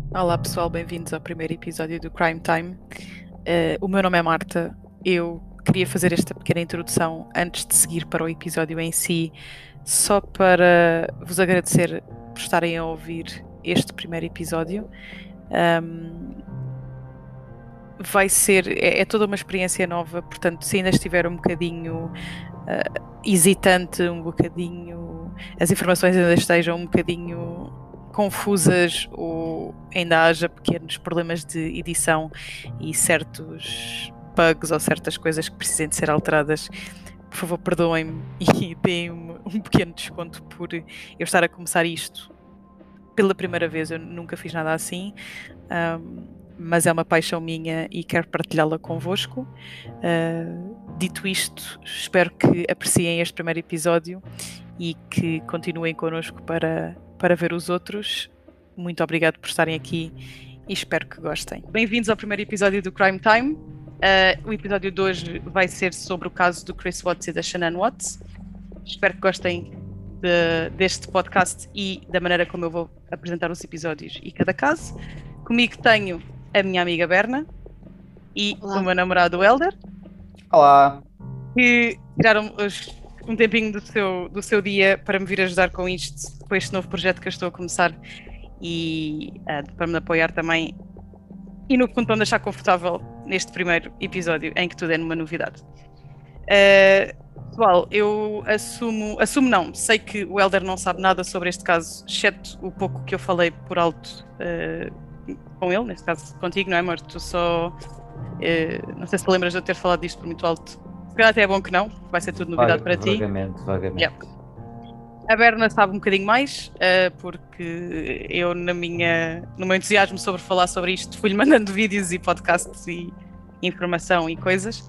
Olá pessoal, bem-vindos ao primeiro episódio do Crime Time. O meu nome é Marta. Eu queria fazer esta pequena introdução antes de seguir para o episódio em si, só para vos agradecer por estarem a ouvir este primeiro episódio. Vai ser, é toda uma experiência nova, portanto, se ainda estiver um bocadinho hesitante, um bocadinho, as informações ainda estejam um bocadinho confusas ou ainda haja pequenos problemas de edição e certos bugs ou certas coisas que precisem de ser alteradas, por favor perdoem-me e deem-me um pequeno desconto por eu estar a começar isto pela primeira vez. Eu nunca fiz nada assim, mas é uma paixão minha e quero partilhá-la convosco. Dito isto, espero que apreciem este primeiro episódio e que continuem connosco para ver os outros. Muito obrigado por estarem aqui e espero que gostem. Bem-vindos ao primeiro episódio do Crime Time. O episódio de hoje vai ser sobre o caso do Chris Watts e da Shanann Watts. Espero que gostem deste podcast e da maneira como eu vou apresentar os episódios e cada caso. Comigo tenho a minha amiga Berna e Olá. o meu namorado Helder. Olá. Que tiraram um tempinho do seu dia para me vir ajudar com este novo projeto que eu estou a começar e para me apoiar também e no fundo para me deixar confortável neste primeiro episódio em que tudo é numa novidade. Pessoal, eu assumo não, sei que o Helder não sabe nada sobre este caso, exceto o pouco que eu falei por alto com ele, neste caso contigo, não é, amor? Tu só não sei se te lembras de eu ter falado disto por muito alto. Se calhar até é bom que não, vai ser tudo novidade para ti. Vagamente. Yeah. A Berna sabe um bocadinho mais, porque eu no meu entusiasmo sobre falar sobre isto fui-lhe mandando vídeos e podcasts e informação e coisas.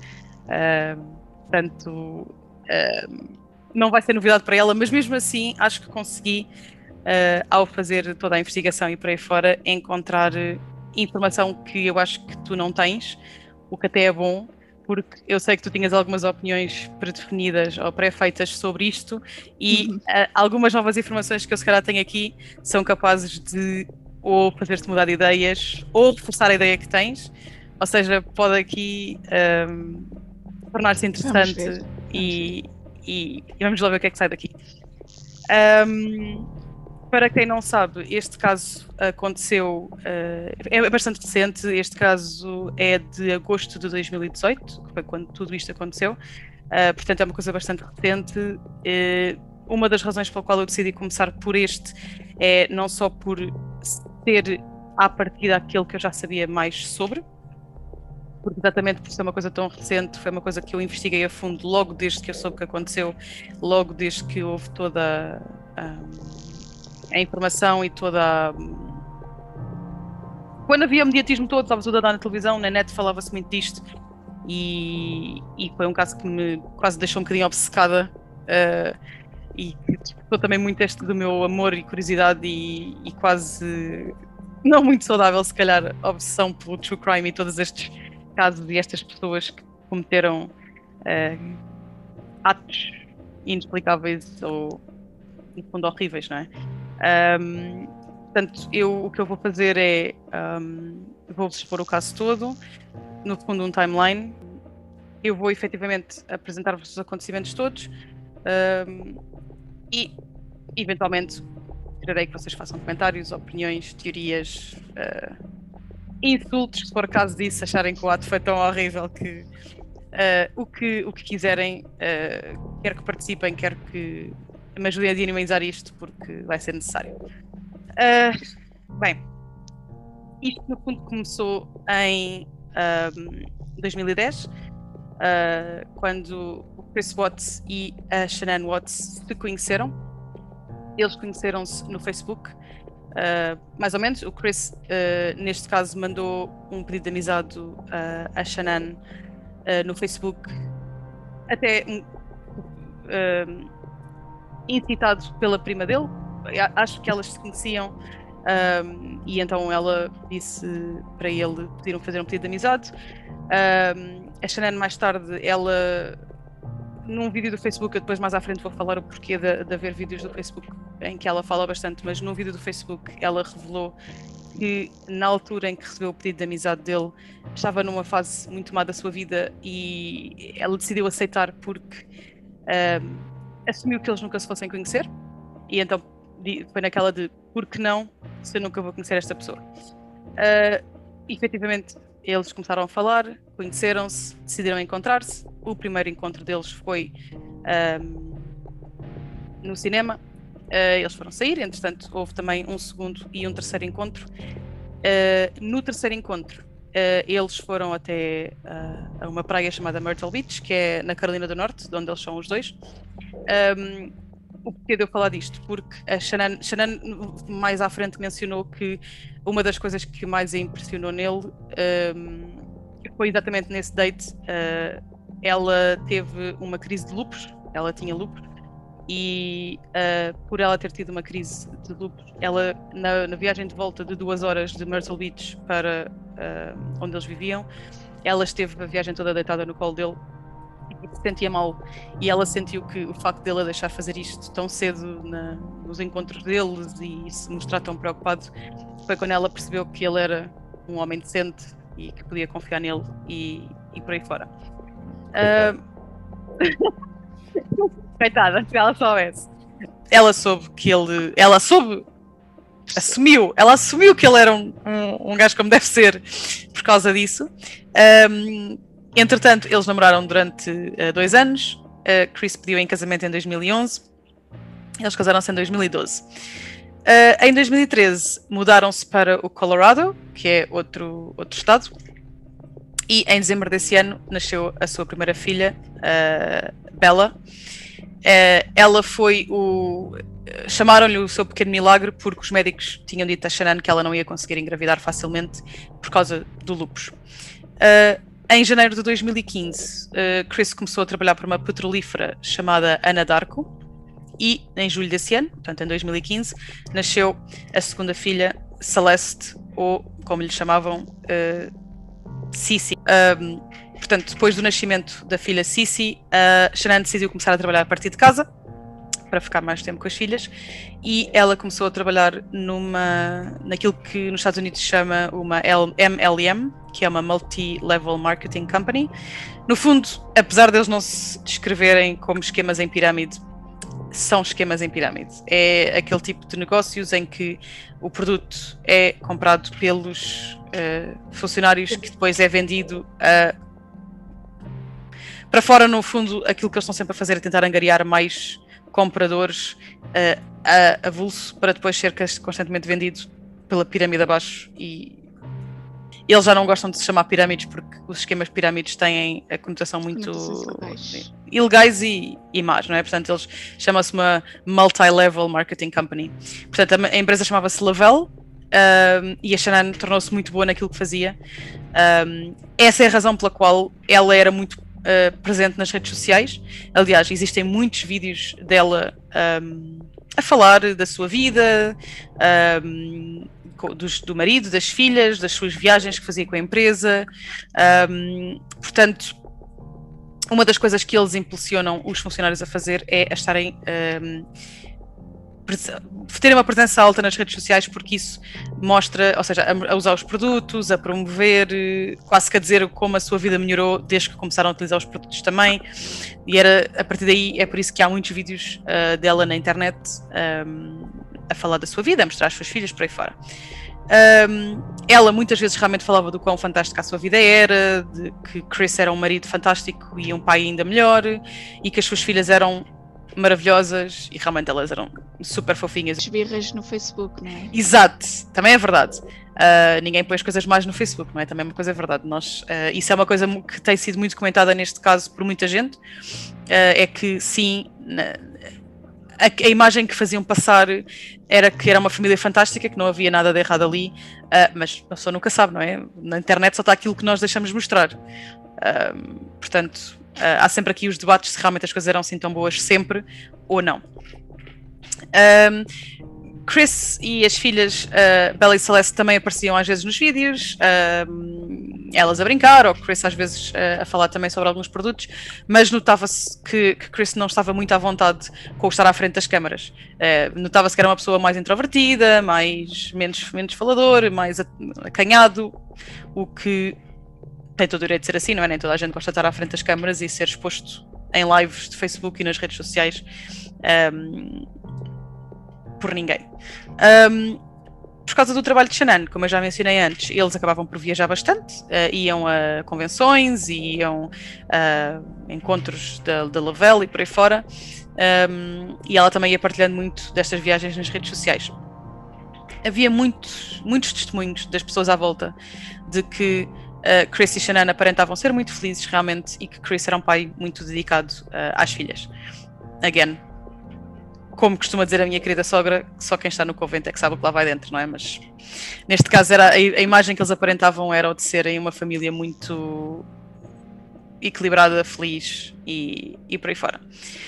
Portanto, não vai ser novidade para ela, mas mesmo assim acho que consegui, ao fazer toda a investigação e por aí fora, encontrar informação que eu acho que tu não tens, o que até é bom, porque eu sei que tu tinhas algumas opiniões predefinidas ou pré-feitas sobre isto e algumas novas informações que eu se calhar tenho aqui são capazes de ou fazer-te mudar de ideias ou reforçar a ideia que tens, ou seja, pode aqui tornar-se interessante e vamos lá ver o que é que sai daqui. Para quem não sabe, este caso aconteceu, é bastante recente, este caso é de agosto de 2018, que foi quando tudo isto aconteceu, portanto é uma coisa bastante recente. Uma das razões pela qual eu decidi começar por este é não só por ser à partida aquele que eu já sabia mais sobre, porque exatamente por ser uma coisa tão recente, foi uma coisa que eu investiguei a fundo logo desde que eu soube que aconteceu, logo desde que houve toda a informação e toda quando havia mediatismo todo, estavas a dar na televisão, na net falava-se muito disto e foi um caso que me quase deixou um bocadinho obcecada e que despertou também muito este do meu amor e curiosidade e quase não muito saudável se calhar obsessão pelo true crime e todos estes casos e estas pessoas que cometeram atos inexplicáveis ou no fundo horríveis, não é? Portanto, o que eu vou fazer é vou-vos expor o caso todo, no fundo um timeline. Eu vou efetivamente apresentar-vos os acontecimentos todos e eventualmente esperarei que vocês façam comentários, opiniões, teorias, insultos, se for caso disso, acharem que o ato foi tão horrível que o que quiserem, quer que participem, quer que me ajudem a dinamizar isto, porque vai ser necessário. Bem, isto no fundo começou em 2010, quando o Chris Watts e a Shanann Watts se conheceram. Eles conheceram-se no Facebook, mais ou menos. O Chris, neste caso, mandou um pedido de amizade a Shanann no Facebook, até incitado pela prima dele. Acho que elas se conheciam e então ela disse para ele, pediram fazer um pedido de amizade. A Shanann mais tarde, ela num vídeo do Facebook, eu depois mais à frente vou falar o porquê de haver vídeos do Facebook em que ela fala bastante, mas num vídeo do Facebook ela revelou que na altura em que recebeu o pedido de amizade dele estava numa fase muito má da sua vida e ela decidiu aceitar porque assumiu que eles nunca se fossem conhecer e então foi naquela de por que não se eu nunca vou conhecer esta pessoa. Efetivamente eles começaram a falar, conheceram-se, decidiram encontrar-se. O primeiro encontro deles foi no cinema. Eles foram sair, entretanto houve também um segundo e um terceiro encontro. No terceiro encontro eles foram até a uma praia chamada Myrtle Beach, que é na Carolina do Norte, de onde eles são os dois. O porquê de eu falar disto? Porque a Shannon mais à frente mencionou que uma das coisas que mais a impressionou nele foi exatamente nesse date. Ela teve uma crise de lúpus, ela tinha lúpus, e por ela ter tido uma crise de lúpus, ela na viagem de volta de 2 horas de Myrtle Beach para onde eles viviam, ela esteve a viagem toda deitada no colo dele e se sentia mal, e ela sentiu que o facto dele a deixar fazer isto tão cedo nos encontros deles e se mostrar tão preocupado foi quando ela percebeu que ele era um homem decente e que podia confiar nele e por aí fora. Coitada, se ela soubesse. Ela soube que ele. Ela assumiu que ele era um gajo como deve ser por causa disso. Entretanto, eles namoraram durante 2 anos. Chris pediu em casamento em 2011. Eles casaram-se em 2012. Em 2013 mudaram-se para o Colorado, que é outro estado. E em dezembro desse ano nasceu a sua primeira filha, Bella. Ela foi chamaram-lhe o seu pequeno milagre porque os médicos tinham dito a Shannon que ela não ia conseguir engravidar facilmente por causa do lúpus. Em janeiro de 2015, Chris começou a trabalhar para uma petrolífera chamada Anadarko e em julho desse ano, portanto em 2015, nasceu a segunda filha, Celeste, ou como lhe chamavam, Cici. Portanto, depois do nascimento da filha Cici, Shannon decidiu começar a trabalhar a partir de casa para ficar mais tempo com as filhas, e ela começou a trabalhar naquilo que nos Estados Unidos se chama uma MLM, que é uma Multi-Level Marketing Company. No fundo, apesar deles não se descreverem como esquemas em pirâmide, são esquemas em pirâmide. É aquele tipo de negócios em que o produto é comprado pelos funcionários, que depois é vendido para fora. No fundo, aquilo que eles estão sempre a fazer é tentar angariar mais compradores a avulso para depois ser constantemente vendido pela pirâmide abaixo, e eles já não gostam de se chamar pirâmides porque os esquemas de pirâmides têm a conotação muito ilegais e más, não é? Portanto, eles chamam-se uma Multi-Level Marketing Company. Portanto, a empresa chamava-se Lavelle, e a Shannon tornou-se muito boa naquilo que fazia. Essa é a razão pela qual ela era muito presente nas redes sociais. Aliás, existem muitos vídeos dela a falar da sua vida, do marido, das filhas, das suas viagens que fazia com a empresa. Portanto, uma das coisas que eles impulsionam os funcionários a fazer é a estarem terem uma presença alta nas redes sociais, porque isso mostra, ou seja, a usar os produtos, a promover, quase que a dizer como a sua vida melhorou desde que começaram a utilizar os produtos também, e a partir daí é por isso que há muitos vídeos dela na internet a falar da sua vida, a mostrar as suas filhas por aí fora. Ela muitas vezes realmente falava do quão fantástica a sua vida era, de que Chris era um marido fantástico e um pai ainda melhor, e que as suas filhas eram maravilhosas, e realmente elas eram super fofinhas. As birras no Facebook, não é? Exato, também é verdade. Ninguém põe as coisas mais no Facebook, não é? Também é uma coisa verdade. Isso é uma coisa que tem sido muito comentada neste caso por muita gente, é que sim, a imagem que faziam passar era que era uma família fantástica, que não havia nada de errado ali, mas a pessoa nunca sabe, não é? Na internet só está aquilo que nós deixamos mostrar. Portanto, há sempre aqui os debates se realmente as coisas eram assim tão boas sempre ou não. Chris e as filhas Bella e Celeste também apareciam às vezes nos vídeos, elas a brincar, ou Chris às vezes a falar também sobre alguns produtos, mas notava-se que Chris não estava muito à vontade com o estar à frente das câmaras. Notava-se que era uma pessoa mais introvertida, menos falador, mais acanhado, o que tem todo o direito de ser assim, não é? Nem toda a gente gosta de estar à frente das câmaras e ser exposto em lives de Facebook e nas redes sociais por ninguém. Por causa do trabalho de Shannon, como eu já mencionei antes, eles acabavam por viajar bastante, iam a convenções, iam a encontros da Lavelle e por aí fora, e ela também ia partilhando muito destas viagens nas redes sociais. Havia muitos testemunhos das pessoas à volta de que Chris e Shannon aparentavam ser muito felizes realmente e que Chris era um pai muito dedicado às filhas. Again, como costuma dizer a minha querida sogra, só quem está no convento é que sabe o que lá vai dentro, não é? Mas neste caso era a imagem que eles aparentavam era o de serem uma família muito equilibrada, feliz e por aí fora.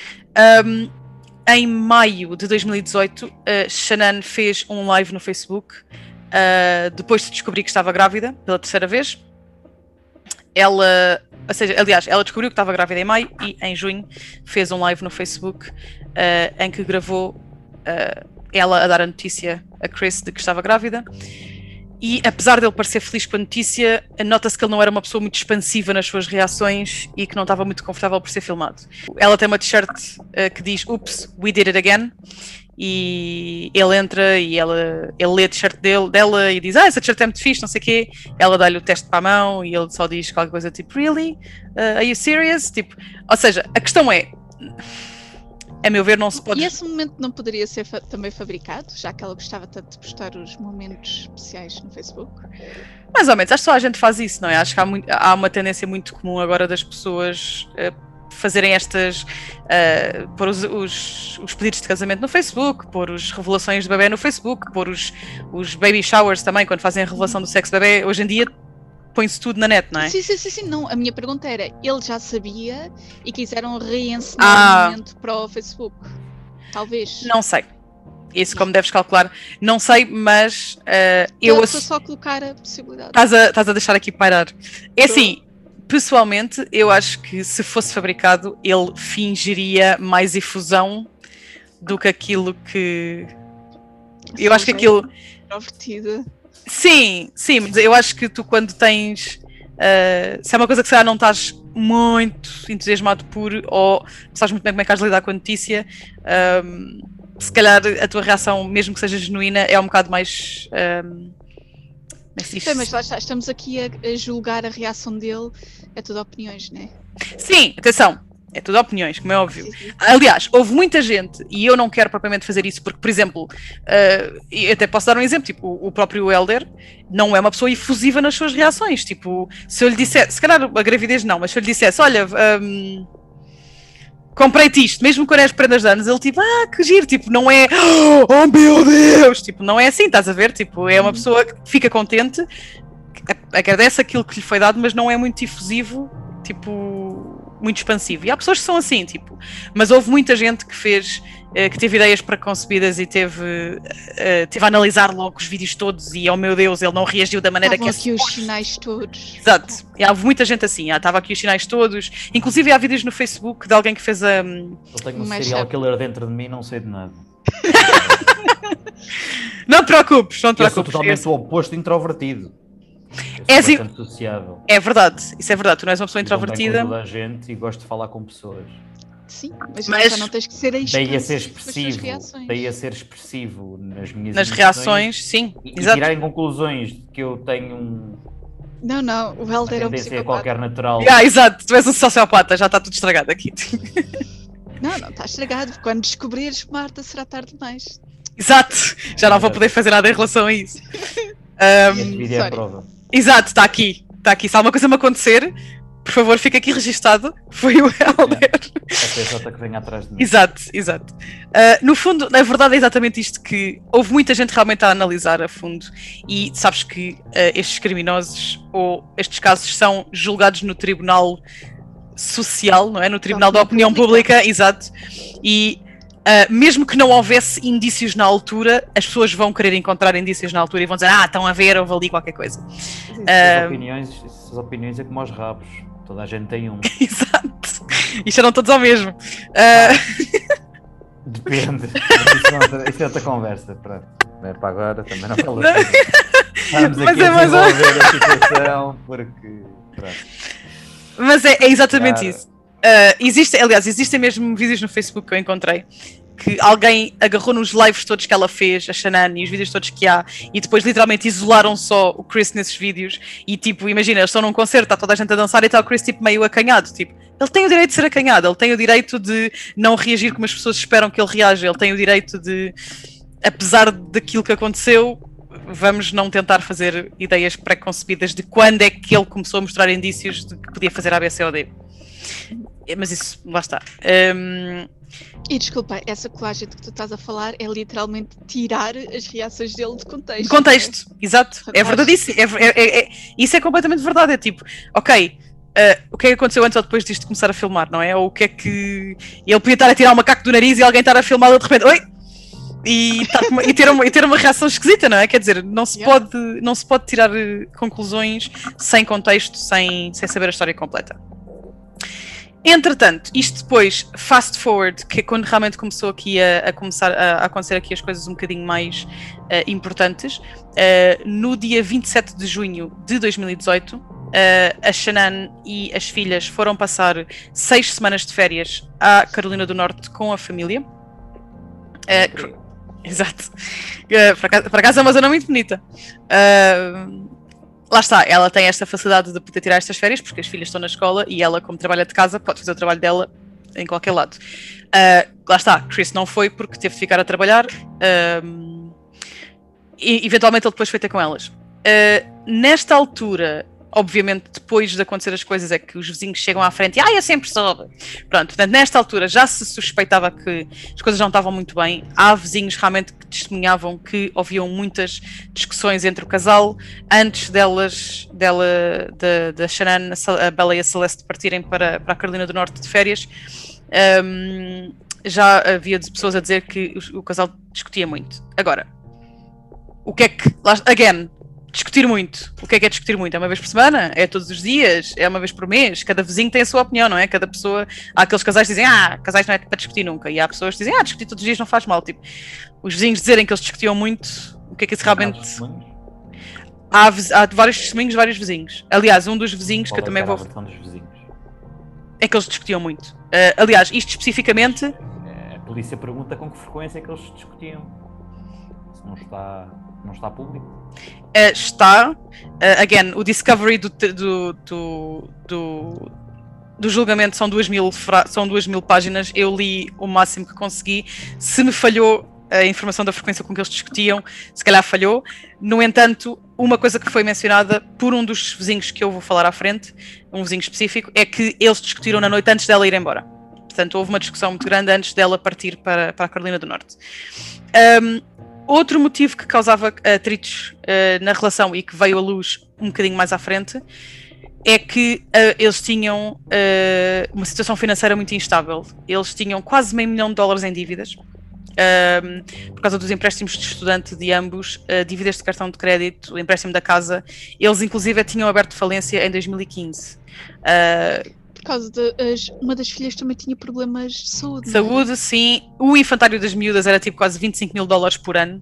Em maio de 2018, Shannon fez um live no Facebook depois de descobrir que estava grávida pela terceira vez. Ela descobriu que estava grávida em maio e em junho fez um live no Facebook em que gravou ela a dar a notícia a Chris de que estava grávida. E apesar dele parecer feliz com a notícia, nota-se que ele não era uma pessoa muito expansiva nas suas reações e que não estava muito confortável por ser filmado. Ela tem uma t-shirt que diz "Oops, we did it again", e ele entra e ele lê a t-shirt dela e diz essa t-shirt é muito fixe, não sei o quê. Ela dá-lhe o teste para a mão e ele só diz qualquer coisa tipo "Really? Are you serious?" Tipo, ou seja, a questão é, a meu ver, não se pode... E esse momento não poderia ser também fabricado, já que ela gostava tanto de postar os momentos especiais no Facebook? Mais ou menos, acho que só a gente faz isso, não é? Acho que há uma tendência muito comum agora das pessoas fazerem estas... pôr os pedidos de casamento no Facebook, pôr as revelações de bebê no Facebook, pôr os baby showers também, quando fazem a revelação do sexo de bebê. Hoje em dia põe-se tudo na net, não é? Sim, não. A minha pergunta era, ele já sabia e quiseram reencenar o momento para o Facebook? Talvez. Não sei. Isso, como deves calcular, não sei, mas eu só colocar a possibilidade. Estás a deixar aqui pairar. É assim, pessoalmente, eu acho que se fosse fabricado, ele fingiria mais efusão do que aquilo que... Eu acho que aquilo... Introvertida. Sim, mas eu acho que tu quando tens... se é uma coisa que se calhar não estás muito entusiasmado por, ou sabes muito bem como é que has de lidar com a notícia, se calhar a tua reação, mesmo que seja genuína, é um bocado mais... mas lá está, estamos aqui a julgar a reação dele, é tudo opiniões, não é? Sim, atenção, é tudo opiniões, como é óbvio. Sim. Aliás, houve muita gente, e eu não quero propriamente fazer isso, porque, por exemplo, eu até posso dar um exemplo, tipo, o próprio Helder não é uma pessoa efusiva nas suas reações, tipo, se eu lhe dissesse, se calhar a gravidez não, mas se eu lhe dissesse, olha, comprei-te isto, mesmo quando és prendas de anos, ele tipo, que giro, tipo, não é, oh meu Deus, tipo, não é assim, estás a ver, tipo, é uma pessoa que fica contente, agradece aquilo que lhe foi dado, mas não é muito efusivo, tipo... muito expansivo. E há pessoas que são assim, tipo, mas houve muita gente que fez, que teve ideias preconcebidas e teve a analisar logo os vídeos todos e, oh meu Deus, ele não reagiu da maneira que é suposto. Estavam aqui os sinais todos. Exato. E houve muita gente assim, estava aqui os sinais todos. Inclusive há vídeos no Facebook de alguém que fez a... Eu tenho um serial killer dentro de mim, não sei de nada. Não te preocupes, não te preocupes. Eu sou totalmente o oposto introvertido. É verdade, isso é verdade, tu não és uma pessoa introvertida. Com toda a gente e gosto de falar com pessoas. Sim, mas não tens que ser daí a ser expressivo nas minhas reações, sim, e tirarem conclusões de que eu tenho Não, o Helder é um psicopata. Qualquer natural. Exato, tu és um sociopata, já está tudo estragado aqui. Não, está estragado, quando descobrires, Marta, será tarde demais. Exato, já não vou poder fazer nada em relação a isso. Este vídeo é a prova. Exato, está aqui. Se alguma coisa me acontecer, por favor, fica aqui registado. Foi o Helder. A PJ que vem atrás de mim. Exato. No fundo, na verdade é exatamente isto, que houve muita gente realmente a analisar a fundo e sabes que estes criminosos ou estes casos são julgados no tribunal social, não é? No tribunal da opinião pública, exato. E mesmo que não houvesse indícios na altura, as pessoas vão querer encontrar indícios na altura e vão dizer, estão a ver, houve ali qualquer coisa. Essas opiniões é como aos rabos, toda a gente tem um. Exato, isto eram todos ao mesmo. Depende, isso é outra conversa, pronto. Para agora também não falo assim. Estamos aqui a desenvolver a situação, porque... Pronto. Mas é exatamente isso. Existem mesmo vídeos no Facebook que eu encontrei que alguém agarrou nos lives todos que ela fez, a Shanann, e os vídeos todos que há, e depois literalmente isolaram só o Chris nesses vídeos. E tipo, imagina, eles estão num concerto, está toda a gente a dançar e está o Chris tipo meio acanhado. Tipo, ele tem o direito de ser acanhado, ele tem o direito de não reagir como as pessoas esperam que ele reaja, ele tem o direito de, apesar daquilo que aconteceu, vamos não tentar fazer ideias pré-concebidas de quando é que ele começou a mostrar indícios de que podia fazer A, B, C ou D. Mas isso, lá está. E desculpa, essa colagem de que tu estás a falar é literalmente tirar as reações dele de contexto. De contexto, exato. É verdadíssimo. Isso é completamente verdade. É tipo, ok, o que é que aconteceu antes ou depois disto começar a filmar, não é? Ou o que é que... Ele podia estar a tirar o macaco do nariz e alguém estar a filmar de repente, oi! E ter uma reação esquisita, não é? Quer dizer, não se pode tirar conclusões sem contexto, sem saber a história completa. Entretanto, isto depois, fast forward, que é quando realmente começou aqui a começar a acontecer aqui as coisas um bocadinho mais importantes, no dia 27 de junho de 2018, a Shanann e as filhas foram passar 6 semanas de férias à Carolina do Norte com a família. Exato. Por acaso é uma zona muito bonita. Lá está, ela tem esta facilidade de poder tirar estas férias porque as filhas estão na escola e ela, como trabalha de casa, pode fazer o trabalho dela em qualquer lado. Lá está, Chris não foi porque teve de ficar a trabalhar e eventualmente ele depois foi ter com elas. Nesta altura, obviamente, depois de acontecer as coisas, é que os vizinhos chegam à frente e eu sempre soube. Pronto, portanto, nesta altura já se suspeitava que as coisas não estavam muito bem. Há vizinhos realmente que testemunhavam que ouviam muitas discussões entre o casal antes da Shanann, a Bella e a Celeste partirem para a Carolina do Norte de férias. Já havia pessoas a dizer que o casal discutia muito. Agora, o que é que... Again, discutir muito. O que é discutir muito? É uma vez por semana? É todos os dias? É uma vez por mês? Cada vizinho tem a sua opinião, não é? Cada pessoa... Há aqueles casais que dizem, casais não é para discutir nunca. E há pessoas que dizem, discutir todos os dias não faz mal. Tipo, os vizinhos dizerem que eles discutiam muito, o que é isso realmente... Há vários testemunhos, vários vizinhos. Aliás, um dos vizinhos que eu também vou... É que eles discutiam muito. Aliás, isto especificamente... A polícia pergunta com que frequência é que eles discutiam. Se não está público. Está, again, o discovery do julgamento são 2.000 páginas. Eu li o máximo que consegui. Se me falhou a informação da frequência com que eles discutiam, se calhar falhou. No entanto, uma coisa que foi mencionada por um dos vizinhos que eu vou falar à frente, um vizinho específico, é que eles discutiram na noite antes dela ir embora. Portanto, houve uma discussão muito grande antes dela partir para a Carolina do Norte. Outro motivo que causava atritos na relação e que veio à luz um bocadinho mais à frente é que eles tinham uma situação financeira muito instável. Eles tinham quase $500 mil em dívidas por causa dos empréstimos de estudante de ambos, dívidas de cartão de crédito, o empréstimo da casa. Eles inclusive tinham aberto falência em 2015. Por causa uma das filhas também tinha problemas de saúde. Saúde, sim. O infantário das miúdas era tipo quase $25 mil por ano.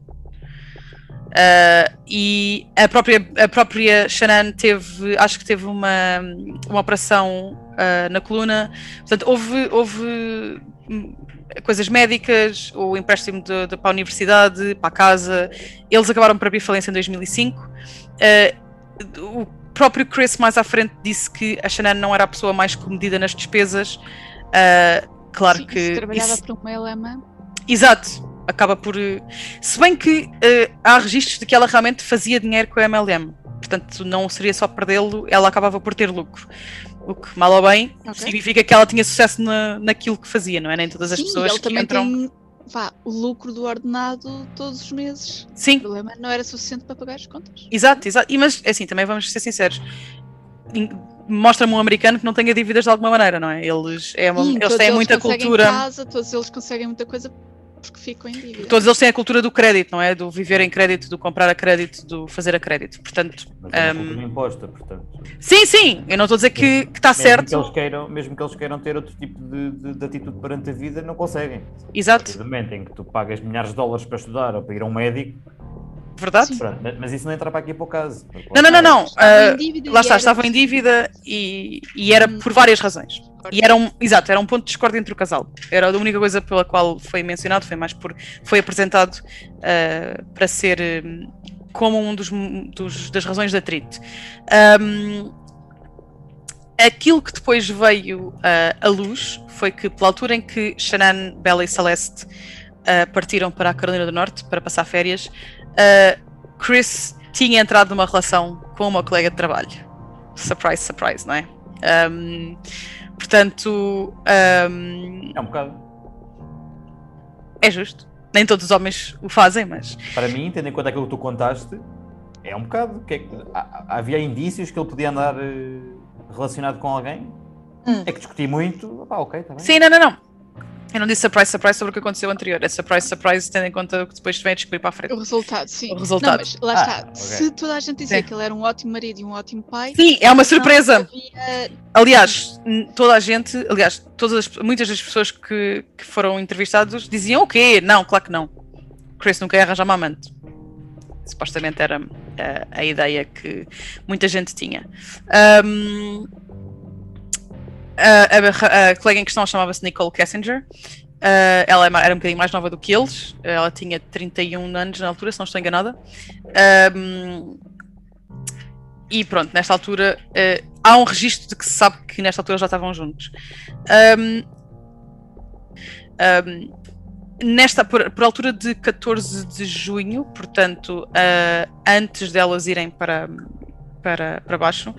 E a própria Shanann acho que teve uma operação na coluna. Portanto, houve coisas médicas, o empréstimo para a universidade, para a casa. Eles acabaram por abrir falência em 2005. O próprio Chris mais à frente disse que a Shanann não era a pessoa mais comedida nas despesas. Claro. Sim, que trabalhava para uma LM. Exato, acaba por... Se bem que há registros de que ela realmente fazia dinheiro com a MLM, portanto não seria só perdê-lo, ela acabava por ter lucro. O que, mal ou bem, significa que ela tinha sucesso naquilo que fazia, não é? Nem todas as pessoas que entram... Tem, o lucro do ordenado todos os meses. Sim. O problema não era suficiente para pagar as contas. Exato. Mas, assim, também vamos ser sinceros. Mostra-me um americano que não tenha dívidas de alguma maneira, não é? Eles têm muita cultura. Casa, todos eles conseguem muita coisa porque ficam em dívida. Todos eles têm a cultura do crédito, não é? Do viver em crédito, do comprar a crédito, do fazer a crédito. Portanto, Mas é uma cultura imposta, portanto. Sim, eu não estou a dizer que está certo. Mesmo que eles queiram ter outro tipo de atitude perante a vida, não conseguem. Exato. No momento em que tu pagas milhares de dólares para estudar ou para ir a um médico. Verdade? Pronto, mas isso não entra para aqui para o caso. Não. Lá está, estavam em dívida e era por várias razões. E era um ponto de discórdia entre o casal. Era a única coisa pela qual foi mencionado, foi apresentado para ser como das razões de atrito. Aquilo que depois veio à luz foi que, pela altura em que Shanann, Bella e Celeste partiram para a Carolina do Norte para passar férias, Chris tinha entrado numa relação com uma colega de trabalho. Surprise, surprise, não é? Portanto... é um bocado. É justo. Nem todos os homens o fazem, mas... Para mim, tendo em conta aquilo que tu contaste, é um bocado. Havia indícios que ele podia andar relacionado com alguém? É que discuti muito. Ok, está bem. Sim, não. Eu não disse surprise, surprise sobre o que aconteceu anterior. É surprise, surprise, tendo em conta o que depois vem a descobrir para a frente. O resultado, sim. O resultado. Não, mas lá está. Okay. Se toda a gente dizia que ele era um ótimo marido e um ótimo pai... Sim, é uma surpresa. Havia... Aliás, muitas das pessoas que foram entrevistadas diziam o quê? Não, claro que não. Chris nunca ia arranjar uma amante. Supostamente era a ideia que muita gente tinha. A colega em questão chamava-se Nicole Kessinger. Ela era um bocadinho mais nova do que eles. Ela tinha 31 anos na altura, se não estou enganada. E pronto, nesta altura há um registro de que se sabe que nesta altura já estavam juntos. Por altura de 14 de junho, portanto, antes delas irem para baixo,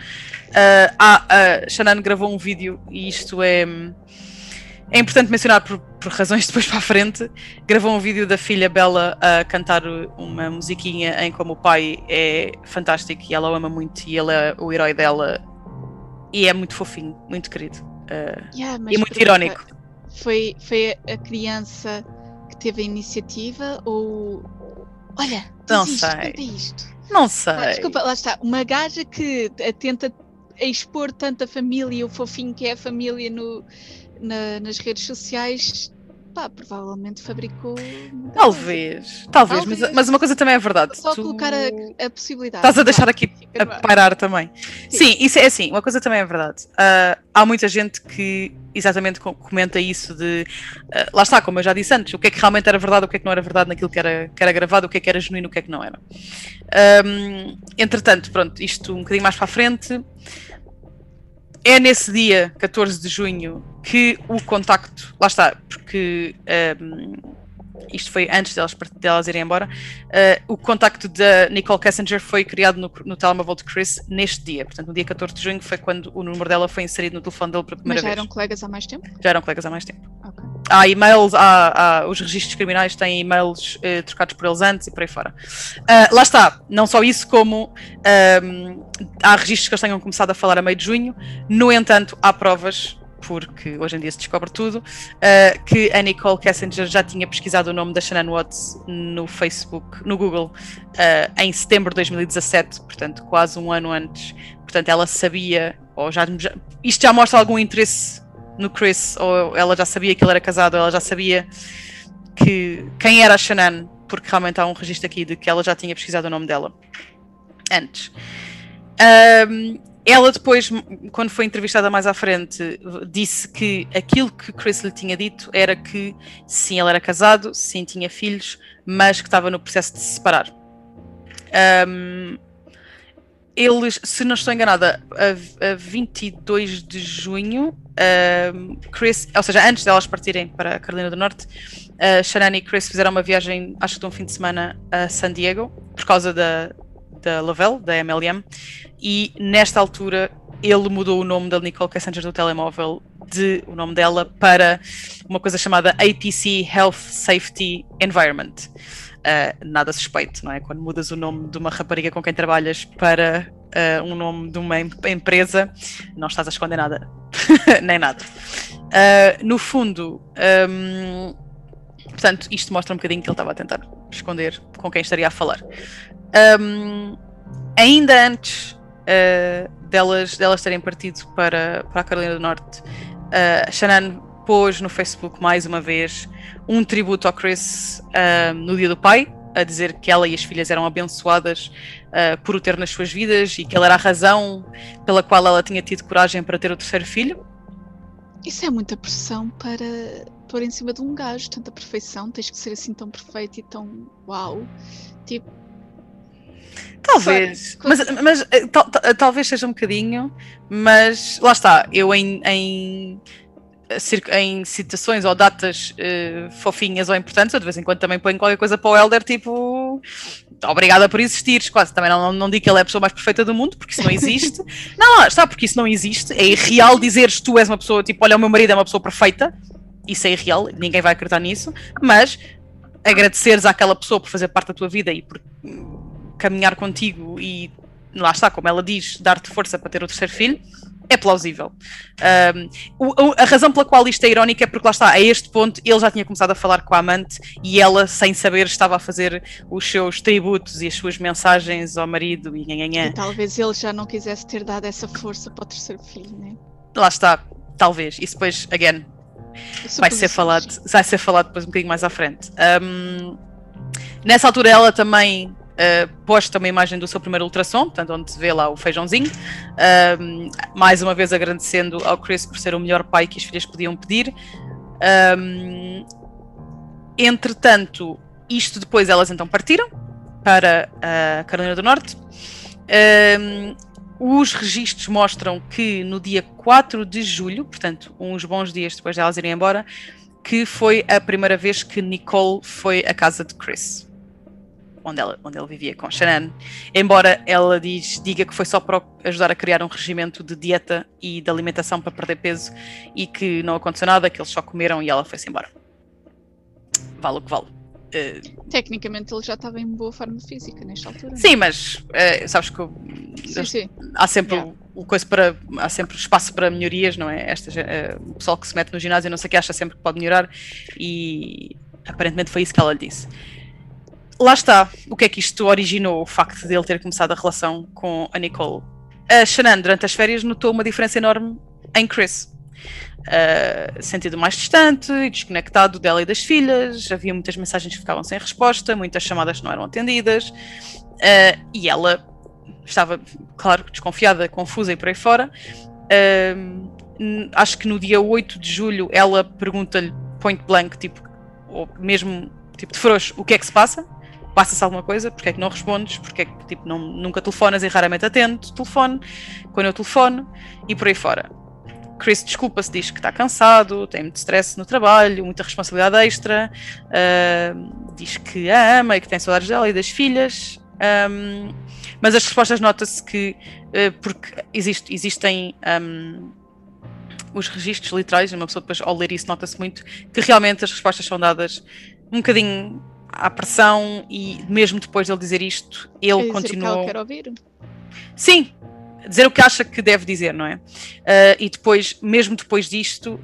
a Shanann gravou um vídeo, e isto é importante mencionar por razões depois para a frente. Gravou um vídeo da filha Bella a cantar uma musiquinha em como o pai é fantástico e ela o ama muito e ele é o herói dela, e é muito fofinho, muito querido, e muito irónico. Foi a criança que teve a iniciativa ou... Olha, não sei. Canta isto. Não sei. Desculpa, lá está. Uma gaja que tenta expor tanto a família, o fofinho que é a família nas redes sociais, provavelmente fabricou. Talvez. Mas uma coisa também é verdade. Só colocar a possibilidade. Estás a deixar aqui a parar também. Sim, isso é assim. Uma coisa também é verdade. Há muita gente que exatamente comenta isso de... lá está, como eu já disse antes, o que é que realmente era verdade, o que é que não era verdade naquilo que era gravado, o que é que era genuíno, o que é que não era. Entretanto, pronto, isto um bocadinho mais para a frente. É nesse dia, 14 de junho, que o contacto... Lá está, porque isto foi antes delas irem embora. O contacto da Nicole Kessinger foi criado no telemóvel de Chris neste dia. Portanto, no dia 14 de junho foi quando o número dela foi inserido no telefone dele pela primeira vez. Mas já eram colegas há mais tempo? Já eram colegas há mais tempo. Okay. Há e-mails, os registros criminais têm e-mails trocados por eles antes e por aí fora. Lá está, não só isso, como há registros que eles tenham começado a falar a meio de junho. No entanto, há provas, porque hoje em dia se descobre tudo, que a Nicole Kessinger já tinha pesquisado o nome da Shanann Watts no Facebook, no Google, em setembro de 2017, portanto quase um ano antes. Portanto ela sabia, isto já mostra algum interesse no Chris, ou ela já sabia que ele era casado, ou ela já sabia quem era a Shanann, porque realmente há um registro aqui de que ela já tinha pesquisado o nome dela antes. Ela depois, quando foi entrevistada mais à frente, disse que aquilo que Chris lhe tinha dito era que sim, ele era casado, sim, tinha filhos, mas que estava no processo de se separar. Eles, se não estou enganada, a 22 de junho, Chris, ou seja, antes delas partirem para a Carolina do Norte, Shanann e Chris fizeram uma viagem, acho que de um fim de semana, a San Diego, por causa da Lavelle, da MLM, e nesta altura ele mudou o nome da Nicole Kessinger do telemóvel, o nome dela, para uma coisa chamada APC Health Safety Environment. Nada suspeito, não é? Quando mudas o nome de uma rapariga com quem trabalhas para um nome de uma empresa, não estás a esconder nada, nem nada. No fundo, Portanto, isto mostra um bocadinho que ele estava a tentar esconder com quem estaria a falar. Ainda antes delas terem partido para a Carolina do Norte, Shannon pôs no Facebook mais uma vez um tributo ao Chris no Dia do Pai, a dizer que ela e as filhas eram abençoadas por o ter nas suas vidas e que ele era a razão pela qual ela tinha tido coragem para ter o terceiro filho. Isso é muita pressão para pôr em cima de um gajo, tanta perfeição, tens que ser assim tão perfeito e tão uau, tipo... Talvez, mas talvez seja um bocadinho, mas lá está, eu em citações ou datas fofinhas ou importantes, eu de vez em quando também ponho qualquer coisa para o Elder, tipo, obrigada por existires, quase, também não digo que ele é a pessoa mais perfeita do mundo, porque isso não existe. Não, está, porque isso não existe, é irreal dizeres tu és uma pessoa, tipo, olha, o meu marido é uma pessoa perfeita, isso é irreal, ninguém vai acreditar nisso, mas agradeceres àquela pessoa por fazer parte da tua vida e por caminhar contigo e, lá está, como ela diz, dar-te força para ter o terceiro filho, é plausível. A razão pela qual isto é irónico é porque, lá está, a este ponto ele já tinha começado a falar com a amante e ela, sem saber, estava a fazer os seus tributos e as suas mensagens ao marido e nhanhanhã. E talvez ele já não quisesse ter dado essa força para o terceiro filho, né? Lá está, talvez. Isso depois, again, vai ser falado depois um bocadinho mais à frente. Nessa altura ela também posta uma imagem do seu primeiro ultrassom, portanto, onde se vê lá o feijãozinho, mais uma vez agradecendo ao Chris por ser o melhor pai que as filhas podiam pedir. Entretanto, isto depois elas então partiram para a Carolina do Norte. Os registros mostram que no dia 4 de julho, portanto, uns bons dias depois de elas irem embora, que foi a primeira vez que Nicole foi à casa de Chris, onde ele vivia com Shannon, embora ela diga que foi só para ajudar a criar um regimento de dieta e de alimentação para perder peso e que não aconteceu nada, que eles só comeram e ela foi-se embora. Vale o que vale. Tecnicamente ele já estava em boa forma física nesta altura. Sim, mas sabes que sim. há sempre há sempre espaço para melhorias, não é? O pessoal que se mete no ginásio não sei o que acha sempre que pode melhorar e aparentemente foi isso que ela lhe disse. Lá está, o que é que isto originou, o facto de ele ter começado a relação com a Nicole. A Shannon, durante as férias, notou uma diferença enorme em Chris. Sentido mais distante e desconectado dela e das filhas, havia muitas mensagens que ficavam sem resposta, muitas chamadas que não eram atendidas, e ela estava, claro, desconfiada, confusa e por aí fora. Acho que no dia 8 de julho ela pergunta-lhe point blank, tipo, ou mesmo tipo de frouxo, o que é que se passa? Passa-se alguma coisa? Porque é que não respondes? Porque é que tipo, nunca telefonas e raramente atendo telefone quando eu telefono e por aí fora. Chris desculpa-se, diz que está cansado, tem muito stress no trabalho, muita responsabilidade extra, diz que a ama e que tem saudades dela e das filhas, mas as respostas nota-se que, porque existem os registros literais, uma pessoa depois ao ler isso nota-se muito, que realmente as respostas são dadas um bocadinho à pressão e mesmo depois de ele dizer isto, ele continuou... O que ela quer ouvir. Sim! Dizer o que acha que deve dizer, não é? E depois, mesmo depois disto,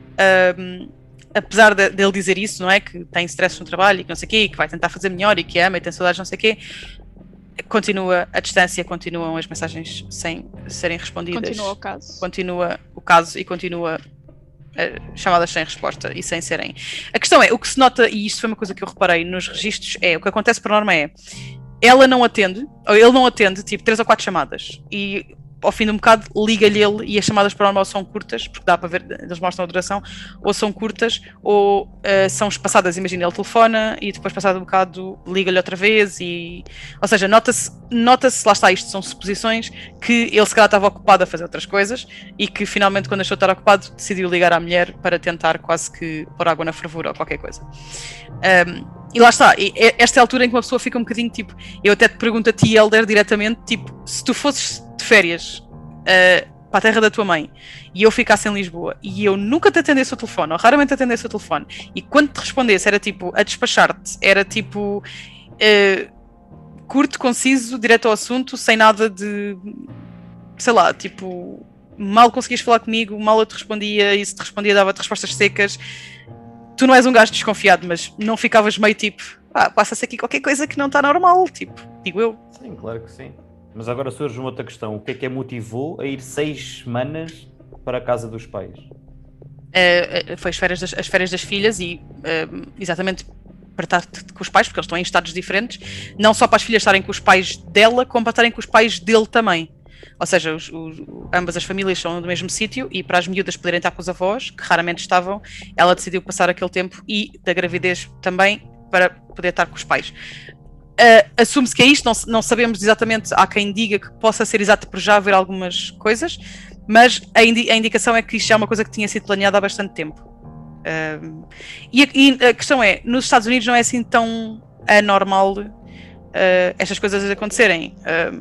apesar dele dizer isso, não é? Que tem stress no trabalho e que não sei o quê, que vai tentar fazer melhor e que ama e tem saudades não sei o quê, continua a distância, continuam as mensagens sem serem respondidas. Continua o caso. Continua o caso e continua chamadas sem resposta e sem serem... A questão é, o que se nota, e isto foi uma coisa que eu reparei nos registros, o que acontece por norma é, ela não atende, ou ele não atende, tipo, 3 ou 4 chamadas, e ao fim de um bocado liga-lhe ele e as chamadas para normal são curtas, porque dá para ver, eles mostram a duração, ou são curtas, ou são espaçadas, imagina, ele telefona e depois passado um bocado liga-lhe outra vez, ou seja, nota-se, lá está, isto são suposições, que ele se calhar estava ocupado a fazer outras coisas e que finalmente quando achou de estar ocupado decidiu ligar à mulher para tentar quase que pôr água na fervura ou qualquer coisa. E lá está, esta é a altura em que uma pessoa fica um bocadinho tipo, eu até te pergunto a ti, Elder, diretamente, tipo, se tu fosses de férias para a terra da tua mãe e eu ficasse em Lisboa e eu nunca te atendesse o telefone, ou raramente atendesse o telefone, e quando te respondesse era tipo a despachar-te, era tipo curto, conciso, direto ao assunto, sem nada de, sei lá, tipo, mal conseguias falar comigo, mal eu te respondia, e se te respondia dava-te respostas secas. tu não és um gajo desconfiado, mas não ficavas meio tipo, passa-se aqui qualquer coisa que não está normal, tipo, digo eu. Sim, claro que sim. Mas agora surge uma outra questão. O que é motivou a ir 6 semanas para a casa dos pais? Foi as férias das filhas e exatamente para estar com os pais, porque eles estão em estados diferentes, não só para as filhas estarem com os pais dela, como para estarem com os pais dele também. Ou seja, ambas as famílias são do mesmo sítio e para as miúdas poderem estar com os avós, que raramente estavam, ela decidiu passar aquele tempo e da gravidez também para poder estar com os pais. Assume-se que é isto, não sabemos exatamente, há quem diga que possa ser exato por já haver algumas coisas, mas a indicação é que isto é uma coisa que tinha sido planeada há bastante tempo. E a questão é, nos Estados Unidos não é assim tão anormal estas coisas acontecerem,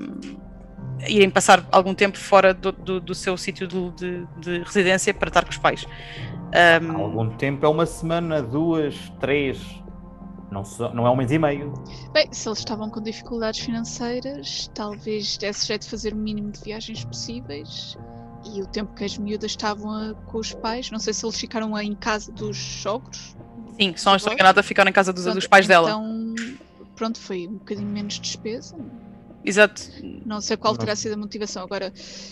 irem passar algum tempo fora do seu sítio de residência para estar com os pais. Algum tempo é uma semana, 2, 3, não é um mês e meio. Bem, se eles estavam com dificuldades financeiras, talvez desse jeito de fazer o mínimo de viagens possíveis. E o tempo que as miúdas estavam com os pais, não sei se eles ficaram em casa dos sogros. Sim, só estou enganada, ficaram em casa dos pais dela. Então, pronto, foi um bocadinho menos despesa. Exato. Não sei qual terá sido a motivação. Agora,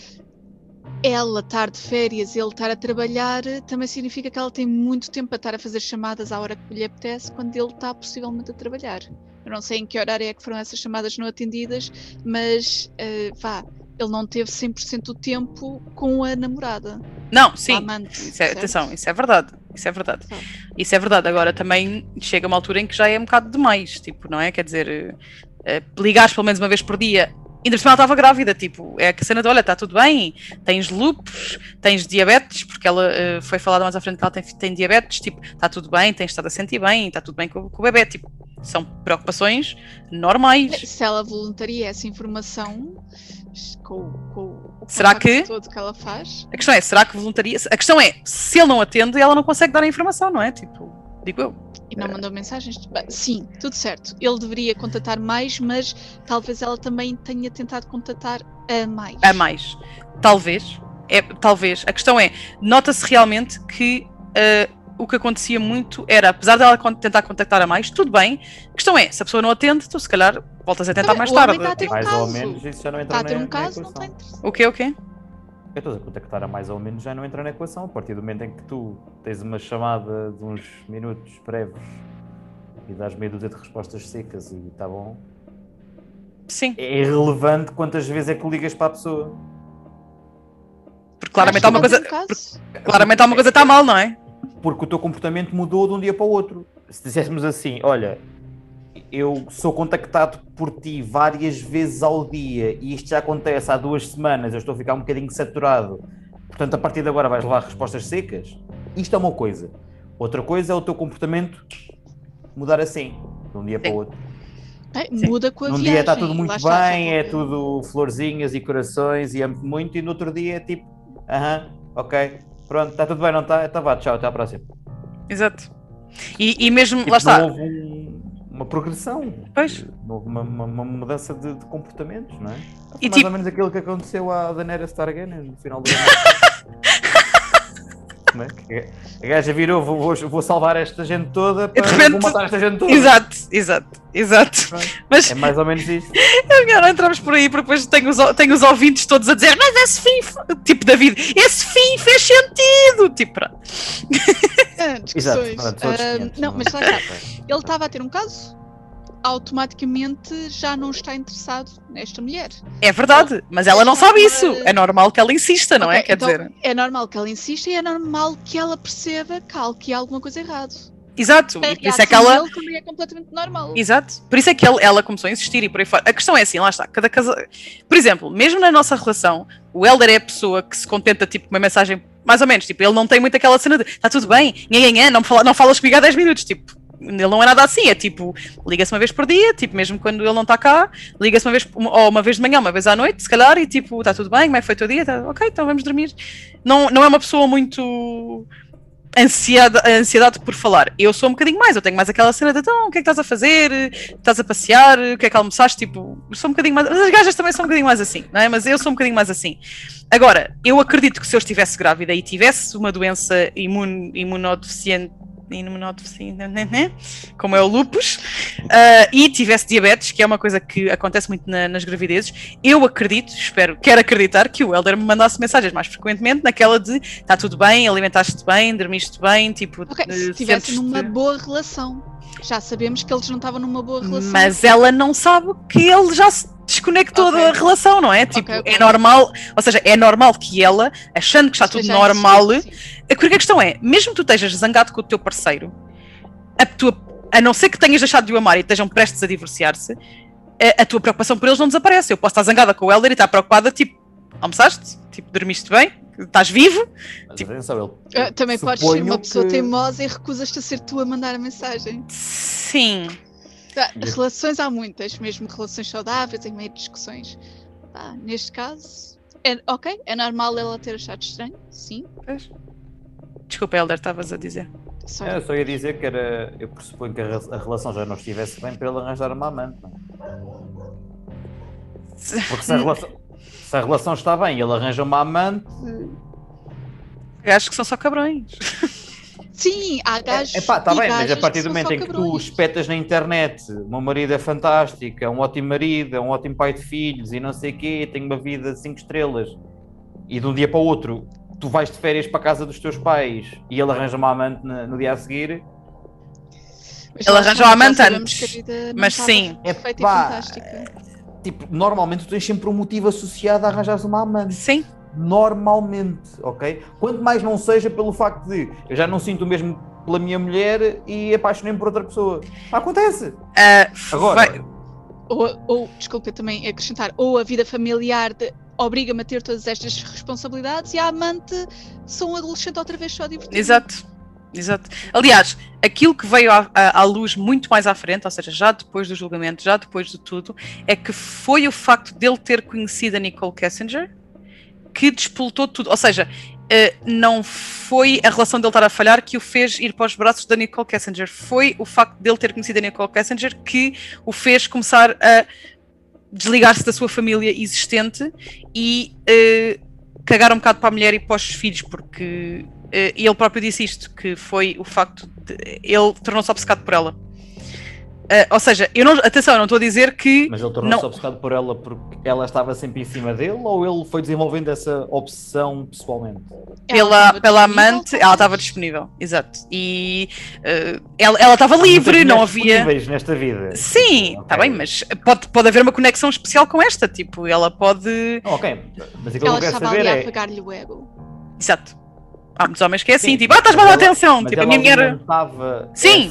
ela estar de férias e ele estar a trabalhar também significa que ela tem muito tempo para estar a fazer chamadas à hora que lhe apetece, quando ele está possivelmente a trabalhar. Eu não sei em que horário é que foram essas chamadas não atendidas, mas ele não teve 100% do tempo com a namorada. Não, sim. Amante, atenção, isso é verdade. Isso é verdade. Agora também chega uma altura em que já é um bocado demais, tipo, não é? Quer dizer, ligares pelo menos uma vez por dia. Ainda por cima ela estava grávida, tipo, é a cena de, olha, está tudo bem, tens lúpus, tens diabetes, porque ela foi falada mais à frente que ela tem diabetes, tipo, está tudo bem, tens estado a sentir bem, está tudo bem com o bebê, tipo, são preocupações normais. Se ela voluntaria essa informação com será que todo que ela faz? A questão é, será que voluntaria? A questão é, se ele não atende, ela não consegue dar a informação, não é? Tipo, digo eu. E não mandou mensagens? Sim, tudo certo. Ele deveria contatar mais, mas talvez ela também tenha tentado contatar a mais. A mais. Talvez. Talvez. A questão é, nota-se realmente que o que acontecia muito era, apesar dela tentar contactar a mais, tudo bem. A questão é, se a pessoa não atende, tu se calhar voltas a tentar mais tarde. Mais ou menos isso já não entra na equação. O quê? Eu estou a contactar a mais ou menos já não entra na equação. A partir do momento em que tu tens uma chamada de uns minutos breves e dás meia dúzia de respostas secas e está bom. Sim. É irrelevante quantas vezes é que ligas para a pessoa. Porque claramente alguma coisa está mal, não é? Porque o teu comportamento mudou de um dia para o outro. Se disséssemos assim, olha, eu sou contactado por ti várias vezes ao dia e isto já acontece há 2 semanas, eu estou a ficar um bocadinho saturado, portanto a partir de agora vais levar respostas secas, isto é uma coisa. Outra coisa é o teu comportamento mudar assim, de um dia para o outro. Muda com a viagem. Num dia está tudo muito bem, é tudo florzinhas e corações e amo muito, e no outro dia é tipo, ok, pronto, está tudo bem, não está? Então vá, tchau, até à próxima. Exato. E mesmo, tipo, lá está. Não houve uma progressão, não houve uma mudança de comportamentos, não é? Foi mais ou menos aquilo que aconteceu à Daenerys Targaryen no final do ano. A gaja virou, vou salvar esta gente toda, vou matar esta gente toda. Exato. Mas é mais ou menos isto. É melhor não entrarmos por aí, porque depois tenho os ouvintes todos a dizer, mas esse fim, tipo David, esse fim fez sentido, tipo, discussões. Não, mas lá está. Ele estava a ter um caso, automaticamente já não está interessado nesta mulher. É verdade, mas ela não sabe isso. É normal que ela insista, não é? Quer dizer... É normal que ela insista e é normal que ela perceba que há aqui alguma coisa errada. Exato, e por isso é que ela... Ele também é completamente normal. Exato, por isso é que ela começou a insistir e por aí fora. A questão é assim, lá está, cada casal... Por exemplo, mesmo na nossa relação, o Hélder é a pessoa que se contenta, tipo, com uma mensagem, mais ou menos, tipo, ele não tem muito aquela cena de, está tudo bem, não falas comigo há 10 minutos, tipo... Ele não é nada assim, é tipo, liga-se uma vez por dia, tipo, mesmo quando ele não está cá, liga-se uma vez de manhã, uma vez à noite, se calhar, e tipo, está tudo bem, como é que foi o teu dia? Ok, então vamos dormir. Não é uma pessoa muito ansiedade por falar. Eu sou um bocadinho mais, eu tenho mais aquela cena de, então, o que é que estás a fazer? Estás a passear? O que é que almoçaste? Tipo, sou um bocadinho mais, as gajas também são um bocadinho mais assim, não é? Mas eu sou um bocadinho mais assim. Agora, eu acredito que se eu estivesse grávida e tivesse uma doença imunodeficiente, imunodeficiente, né? Como é o lúpus, e tivesse diabetes, que é uma coisa que acontece muito nas gravidezes, eu acredito, quero acreditar que o Elder me mandasse mensagens mais frequentemente naquela de está tudo bem, alimentaste-te bem, dormiste bem, tipo... Ok, se estivesse numa boa relação. Já sabemos que eles não estavam numa boa relação. Mas ela não sabe que ele já se desconectou da relação, não é? Tipo, é normal, ou seja, é normal que ela, achando que está tudo normal, porque a questão é, mesmo que tu estejas zangado com o teu parceiro, a não ser que tenhas deixado de o amar e estejam prestes a divorciar-se, a tua preocupação por eles não desaparece. Eu posso estar zangada com o Elder e estar preocupada, tipo, almoçaste? Tipo, dormiste bem? Estás vivo? Tipo, ele, também podes ser uma pessoa teimosa e recusas-te a ser tu a mandar a mensagem. Sim. Relações há muitas, mesmo relações saudáveis, em meio de discussões. Neste caso, é normal ela ter achado estranho, sim. Desculpa, Elder, estavas a dizer. Eu só ia dizer que eu pressuponho que a relação já não estivesse bem para ele arranjar uma amante. Porque se a relação está bem e ele arranja uma amante... Eu acho que são só cabrões. Sim, há gajos. Está bem, mas a partir do momento em que tu espetas na internet, o meu marido é fantástico, é um ótimo marido, é um ótimo pai de filhos e não sei o quê, tem uma vida de 5 estrelas, e de um dia para o outro tu vais de férias para a casa dos teus pais e ele arranja uma amante no dia a seguir. Ele arranja uma amante antes, mas sim. Perfeita e fantástica. Tipo, normalmente tu tens sempre um motivo associado a arranjares uma amante. Sim. Normalmente, ok? Quanto mais não seja pelo facto de eu já não sinto o mesmo pela minha mulher e apaixonei-me por outra pessoa. Acontece. Agora. Ou, desculpa, também acrescentar, ou a vida familiar obriga-me a ter todas estas responsabilidades e a amante sou um adolescente outra vez só a divertir. Exato. Aliás, aquilo que veio à luz muito mais à frente, ou seja, já depois do julgamento, já depois de tudo, é que foi o facto dele ter conhecido a Nicole Kessinger que despoltou tudo, ou seja, não foi a relação dele estar a falhar que o fez ir para os braços da Nicole Kessinger, foi o facto dele ter conhecido a Nicole Kessinger que o fez começar a desligar-se da sua família existente e cagar um bocado para a mulher e para os filhos, porque ele próprio disse isto, que foi o facto de ele tornou-se obcecado por ela. Ou seja, eu não estou a dizer que... Mas ele tornou-se obcecado por ela porque ela estava sempre em cima dele ou ele foi desenvolvendo essa obsessão pessoalmente? Pela amante, ela estava disponível, exato. E ela estava livre, não havia... disponíveis nesta vida. Sim, está bem, mas pode haver uma conexão especial com esta, tipo, ela pode... Ok, mas aquilo que eu quero saber ali a apagar-lhe o ego. Exato. Há muitos homens que é assim, tipo, estás-me a dar atenção, tipo, a minha mulher... Sim.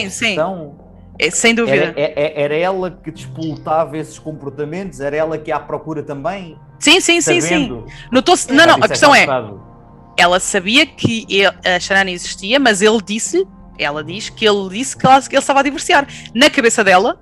Sem dúvida. Era ela que despoltava esses comportamentos? Era ela que ia à procura também? Sim. Notou-se... Não, a questão é... Ela sabia que a Shanana existia, mas ela disse que ele estava a divorciar. Na cabeça dela,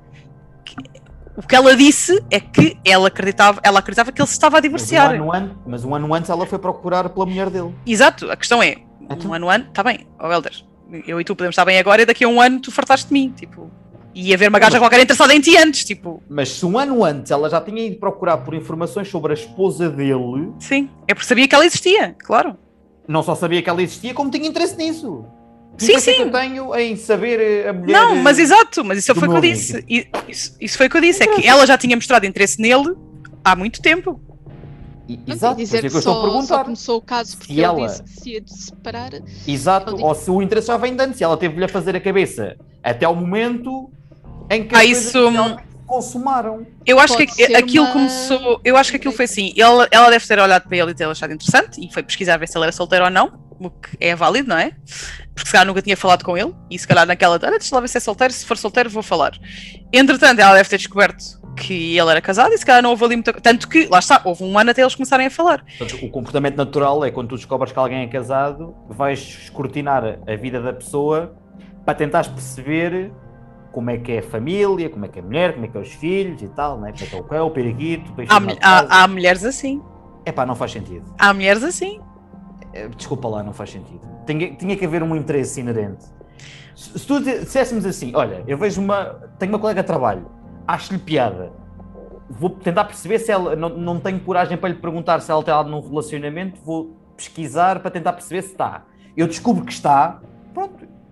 o que ela disse é que ela acreditava que ele se estava a divorciar. Mas um ano antes ela foi procurar pela mulher dele. Exato, a questão é, um ano antes, está bem, Elder, eu e tu podemos estar bem agora e daqui a um ano tu fartaste de mim, tipo, ia haver uma gaja qualquer interessada em ti antes, tipo. Mas se um ano antes ela já tinha ido procurar por informações sobre a esposa dele... Sim, é porque sabia que ela existia, claro. Não só sabia que ela existia, como tinha interesse nisso. Sim. Que eu tenho em saber a mulher... Não, mas exato, mas isso foi o que eu disse. Isso foi o que eu disse, é que ela já tinha mostrado interesse nele há muito tempo. Exato, dizer que eu estou a perguntar. Só começou o caso porque ele disse que se ia de separar. Exato, ou se o interesse já vem de antes, se ela teve-lhe a fazer a cabeça até o momento em que as coisas consumaram. Eu acho que aquilo começou, eu acho que aquilo foi assim, ela deve ter olhado para ele e ter achado interessante e foi pesquisar ver se ele era solteiro ou não, o que é válido, não é? Porque se calhar nunca tinha falado com ele e se calhar naquela, deixa lá ver se é solteiro, se for solteiro vou falar. Entretanto, ela deve ter descoberto que ele era casado e se calhar não houve ali muita coisa, tanto que, lá está, houve um ano até eles começarem a falar. Portanto, o comportamento natural é quando tu descobres que alguém é casado, vais escrutinar a vida da pessoa para tentares perceber como é que é a família, como é que é a mulher, como é que é os filhos e tal, né? Como é que é o cão, o periquito, o peixe. Há mulheres assim. Epá, não faz sentido. Há mulheres assim. Desculpa lá, não faz sentido. Tinha que haver um interesse inerente. Se tu disséssemos assim, olha, eu vejo tenho uma colega de trabalho, acho-lhe piada, vou tentar perceber se ela, não tenho coragem para lhe perguntar se ela está num relacionamento, vou pesquisar para tentar perceber se está. Eu descubro que está, pronto,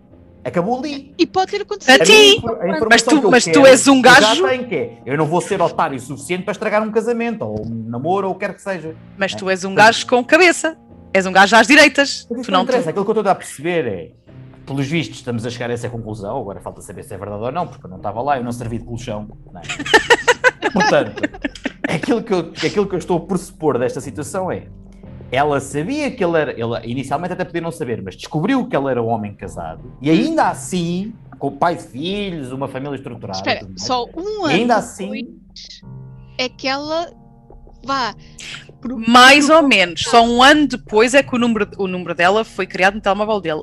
Acabou ali. E pode ter acontecido. A ti! Mas tu és um gajo... Eu não vou ser otário o suficiente para estragar um casamento, ou um namoro, ou o que quer que seja. Mas tu és um gajo com cabeça. És um gajo às direitas. Mas tu não interessa. Aquilo que eu estou a perceber é, pelos vistos, estamos a chegar a essa conclusão. Agora falta saber se é verdade ou não, porque eu não estava lá, eu não servi de colchão. Não é? Portanto, aquilo que eu estou a pressupor desta situação é, ela sabia que ele era, inicialmente até podia não saber, mas descobriu que ele era um homem casado, e ainda assim, com pai de filhos, uma família estruturada. Espera, só um ano ainda assim é que ela vá... Mais ou menos, só um ano depois é que o número dela foi criado no telemóvel dele.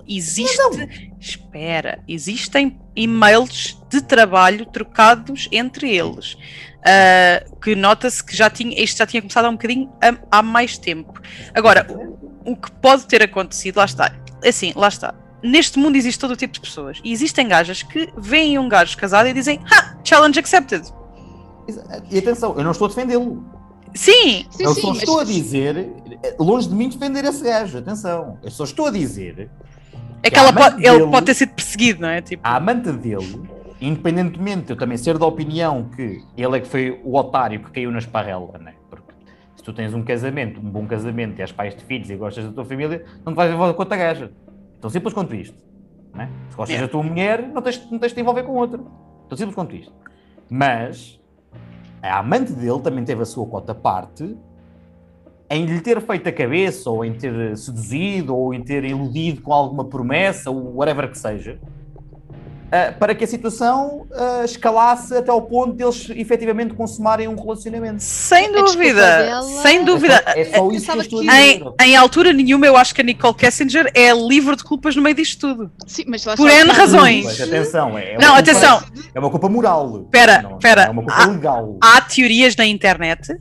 Existem e-mails de trabalho trocados entre eles, que nota-se que isto já tinha começado há um bocadinho há mais tempo. Agora, o que pode ter acontecido, lá está. Neste mundo existe todo o tipo de pessoas, e existem gajas que veem um gajo casado e dizem, challenge accepted. E atenção, eu não estou a defendê-lo. Sim, eu só estou a dizer, longe de mim defender esse gajo, atenção. Eu só estou a dizer é que ele pode ter sido perseguido, não é? Tipo... A amante dele, independentemente de eu também ser da opinião que ele é que foi o otário que caiu na esparrela, não é? Porque se tu tens um bom casamento e és pais de filhos e gostas da tua família, não te vais envolver com outra gaja. Tão simples quanto isto. Não é? Se gostas da tua mulher, não tens de te envolver com outra. Tão simples quanto isto. Mas a amante dele também teve a sua cota parte em lhe ter feito a cabeça, ou em ter seduzido, ou em ter iludido com alguma promessa, ou whatever que seja, para que a situação escalasse até ao ponto de eles efetivamente consumarem um relacionamento. Sem dúvida, sem dúvida. É só isso que eu estou a dizer. Em altura nenhuma, eu acho que a Nicole Kessinger é livre de culpas no meio disto tudo. Sim, mas lá por N razões. Mas atenção, é uma culpa moral. Espera, é uma culpa legal. Há teorias na internet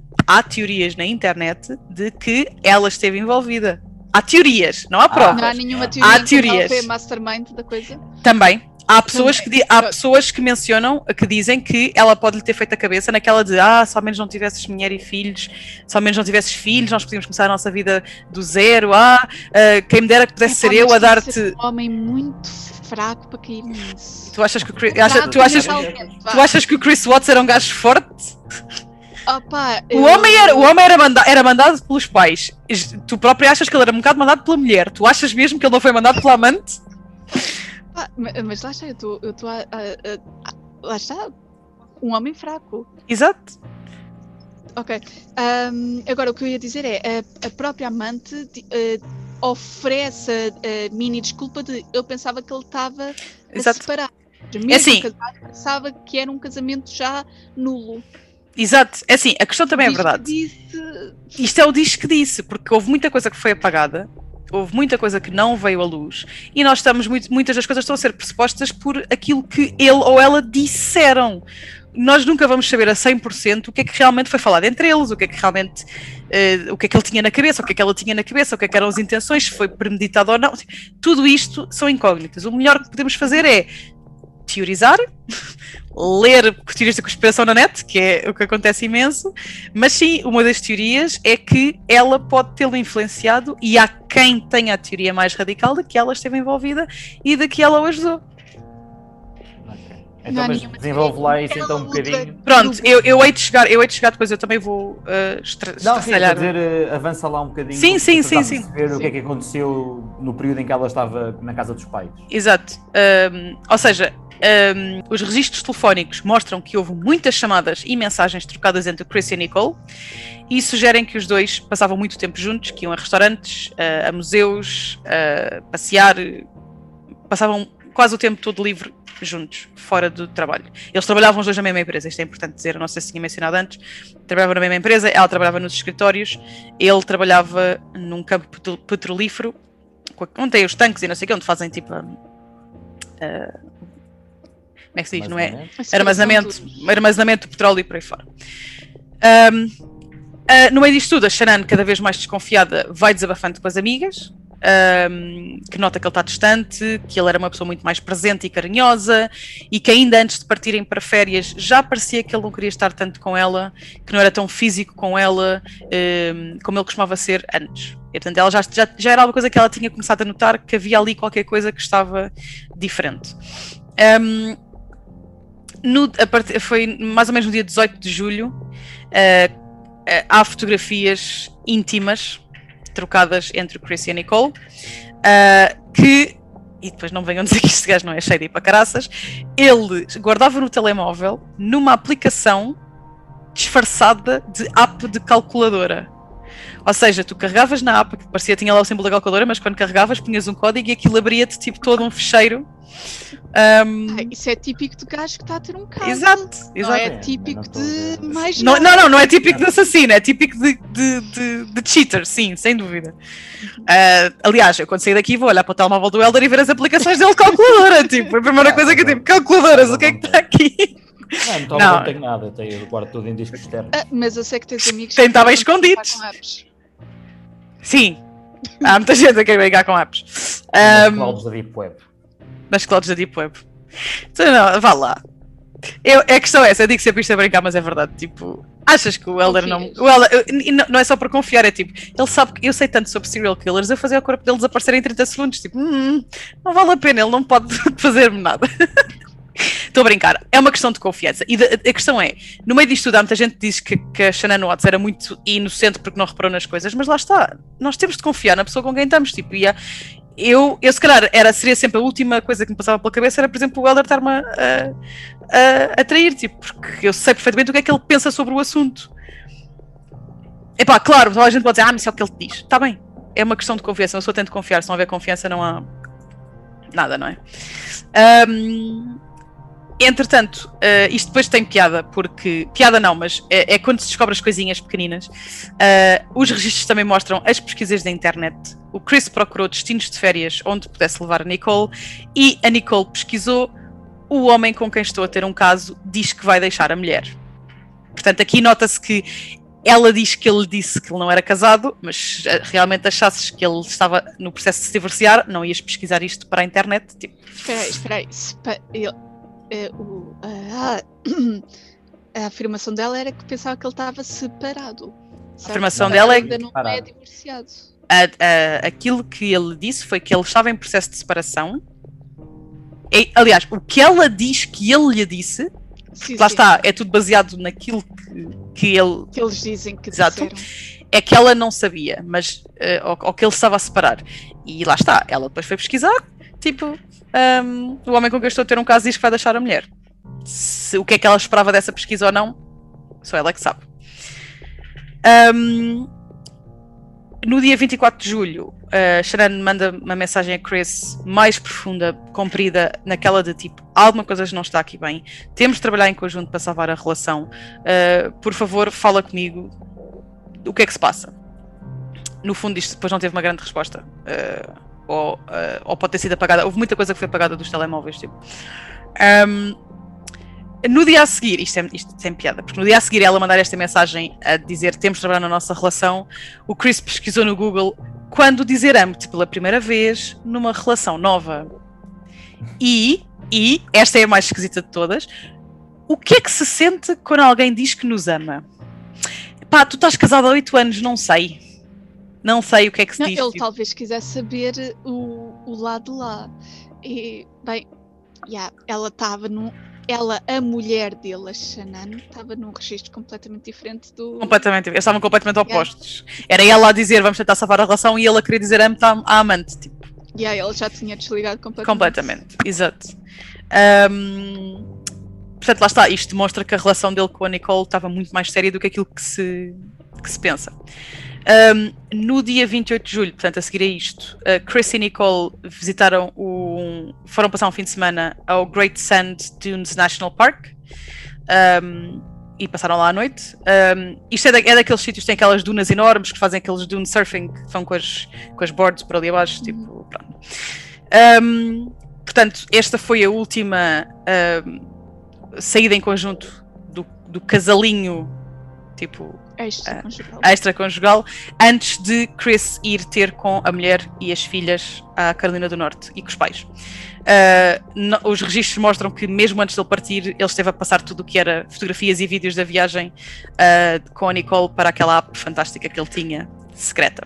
de que ela esteve envolvida. Há teorias, não há provas. Não há nenhuma teoria. Há teorias. Ela foi a mastermind da coisa? Também. Há pessoas que mencionam, que dizem que ela pode lhe ter feito a cabeça naquela de se ao menos não tivesses mulher e filhos, se ao menos não tivesses filhos, nós podíamos começar a nossa vida do zero, quem me dera que pudesse ser eu a dar-te... Um homem muito fraco para cair nisso. Tu achas que tu achas que o Chris Watts era um gajo forte? Opa, o homem era mandado pelos pais. Tu próprio achas que ele era um bocado mandado pela mulher. Tu achas mesmo que ele não foi mandado pela amante? Mas lá está, eu estou lá está, um homem fraco. Exato. Ok. Agora o que eu ia dizer é, a própria amante oferece a mini desculpa de eu pensava que ele estava a separar. Mesmo assim, casado, pensava que era um casamento já nulo. Exato, é assim, a questão também é verdade. Isto é o diz que disse, porque houve muita coisa que foi apagada. Houve muita coisa que não veio à luz e nós estamos muitas das coisas estão a ser pressupostas por aquilo que ele ou ela disseram. Nós nunca vamos saber a 100% o que é que realmente foi falado entre eles, o que é que realmente o que é que ele tinha na cabeça, o que é que ela tinha na cabeça, o que é que eram as intenções, se foi premeditado ou não. Tudo isto são incógnitas. O melhor que podemos fazer é teorizar, ler teorias da conspiração na net, que é o que acontece imenso, mas sim, uma das teorias é que ela pode tê-lo influenciado e há quem tenha a teoria mais radical de que ela esteve envolvida e de que ela o ajudou. Então, mas desenvolve lá isso então um bocadinho. Pronto, eu hei de chegar, depois eu também vou estrafalhar. Não, quer dizer, avança lá um bocadinho. Sim. Ver o que é que aconteceu no período em que ela estava na casa dos pais. Exato. Ou seja, os registros telefónicos mostram que houve muitas chamadas e mensagens trocadas entre Chris e Nicole e sugerem que os dois passavam muito tempo juntos, que iam a restaurantes, a museus, a passear, passavam quase o tempo todo livre juntos, fora do trabalho. Eles trabalhavam os dois na mesma empresa, isto é importante dizer, eu não sei se tinha mencionado antes, trabalhavam na mesma empresa, ela trabalhava nos escritórios, ele trabalhava num campo petrolífero, onde tem os tanques e não sei o que, onde fazem tipo... como é que se diz, não é? Armazenamento de petróleo e por aí fora. No meio disto tudo, a Shannon, cada vez mais desconfiada, vai desabafando com as amigas, que nota que ele está distante, que ele era uma pessoa muito mais presente e carinhosa, e que ainda antes de partirem para férias já parecia que ele não queria estar tanto com ela, que não era tão físico com ela como ele costumava ser antes. E, portanto, ela já era uma coisa que ela tinha começado a notar, que havia ali qualquer coisa que estava diferente. Foi mais ou menos no dia 18 de julho, há fotografias íntimas trocadas entre o Chris e a Nicole, e depois não venham dizer que este gajo não é cheio de ir para caraças, ele guardava no telemóvel numa aplicação disfarçada de app de calculadora. Ou seja, tu carregavas na app, que parecia tinha lá o símbolo da calculadora, mas quando carregavas punhas um código e aquilo abria-te tipo todo um fecheiro. Isso é típico de gajo que está a ter um caso. Exato. Não é típico de mais não é típico de assassino, é típico de cheater, sim, sem dúvida. Aliás, eu quando sair daqui vou olhar para o telemóvel do Elder e ver as aplicações dele de calculadora, tipo, a primeira coisa que eu digo, calculadoras, o que é que está aqui? Não tenho nada, eu guardo tudo em discos externos. Mas eu sei que tens amigos que estão bem escondidos. Sim, há muita gente a querer brincar com apps. Nas clouds da Deep Web. Nas clouds da Deep Web. Então, não, vá lá. A questão é essa, eu digo sempre isto a brincar, mas é verdade. Tipo, achas que o Elder não. Não é só para confiar, é tipo, ele sabe que eu sei tanto sobre serial killers, eu fazia o corpo dele desaparecer em 30 segundos. Tipo, não vale a pena, ele não pode fazer-me nada. Estou a brincar, é uma questão de confiança. E a questão é, no meio disto tudo, há muita gente que diz que a Shannon Watts era muito inocente porque não reparou nas coisas, mas lá está, nós temos de confiar na pessoa com quem estamos. Tipo, eu se calhar seria sempre a última coisa que me passava pela cabeça, era por exemplo o Elder estar-me a trair, tipo, porque eu sei perfeitamente o que é que ele pensa sobre o assunto. Epá, claro, toda a gente pode dizer, mas isso é o que ele te diz. Está bem, é uma questão de confiança, eu só tento confiar, se não houver confiança não há nada, não é? Entretanto, isto depois tem piada, porque... Piada não, mas é quando se descobre as coisinhas pequeninas. Os registros também mostram as pesquisas da internet. O Chris procurou destinos de férias onde pudesse levar a Nicole e a Nicole pesquisou o homem com quem estou a ter um caso, diz que vai deixar a mulher. Portanto, aqui nota-se que ela diz que ele disse que ele não era casado, mas realmente achasses que ele estava no processo de se divorciar, não ias pesquisar isto para a internet? Tipo... Espera aí. A afirmação dela era que pensava que ele estava separado. A afirmação dela é que ainda não é divorciado. Aquilo que ele disse foi que ele estava em processo de separação. Aliás, o que ela diz que ele lhe disse, lá está, é tudo baseado naquilo que eles dizem que exato, disseram. É que ela não sabia, mas ou que ele estava a separar. E lá está, ela depois foi pesquisar, tipo, o homem com quem estou a ter um caso diz que vai deixar a mulher. O que é que ela esperava dessa pesquisa ou não, só ela que sabe. No dia 24 de julho, Shannon manda uma mensagem a Chris mais profunda, comprida, naquela de tipo, alguma coisa não está aqui bem, temos de trabalhar em conjunto para salvar a relação, por favor fala comigo, o que é que se passa? No fundo isto depois não teve uma grande resposta, ou pode ter sido apagada, houve muita coisa que foi apagada dos telemóveis, tipo. No dia a seguir, isto sem piada, porque no dia a seguir ela mandar esta mensagem a dizer temos de trabalhar na nossa relação, o Chris pesquisou no Google quando dizer amo-te pela primeira vez numa relação nova. E esta é a mais esquisita de todas, o que é que se sente quando alguém diz que nos ama? Pá, tu estás casado há 8 anos, não sei o que é que se diz. Ele talvez quisesse saber o lado lá. E, bem, ela estava a mulher dele, a Shannon, estava num registro completamente diferente do... Completamente, eles estavam completamente opostos. Era ela a dizer, vamos tentar salvar a relação, e ele a querer dizer amo-te à amante, tipo. Ele já tinha desligado completamente. Completamente, exato. Portanto, lá está, isto demonstra que a relação dele com a Nicole estava muito mais séria do que aquilo que se pensa. No dia 28 de julho, portanto a seguir a isto, Chris e Nicole foram passar um fim de semana ao Great Sand Dunes National Park, e passaram lá à noite. Isto é daqueles sítios que têm aquelas dunas enormes, que fazem aqueles dune surfing, que vão com as boards por ali abaixo, tipo, pronto. Portanto, esta foi a última saída em conjunto do casalinho, tipo extraconjugal, antes de Chris ir ter com a mulher e as filhas à Carolina do Norte e com os pais. Os registros mostram que mesmo antes de ele partir, ele esteve a passar tudo o que era fotografias e vídeos da viagem com a Nicole para aquela app fantástica que ele tinha, secreta.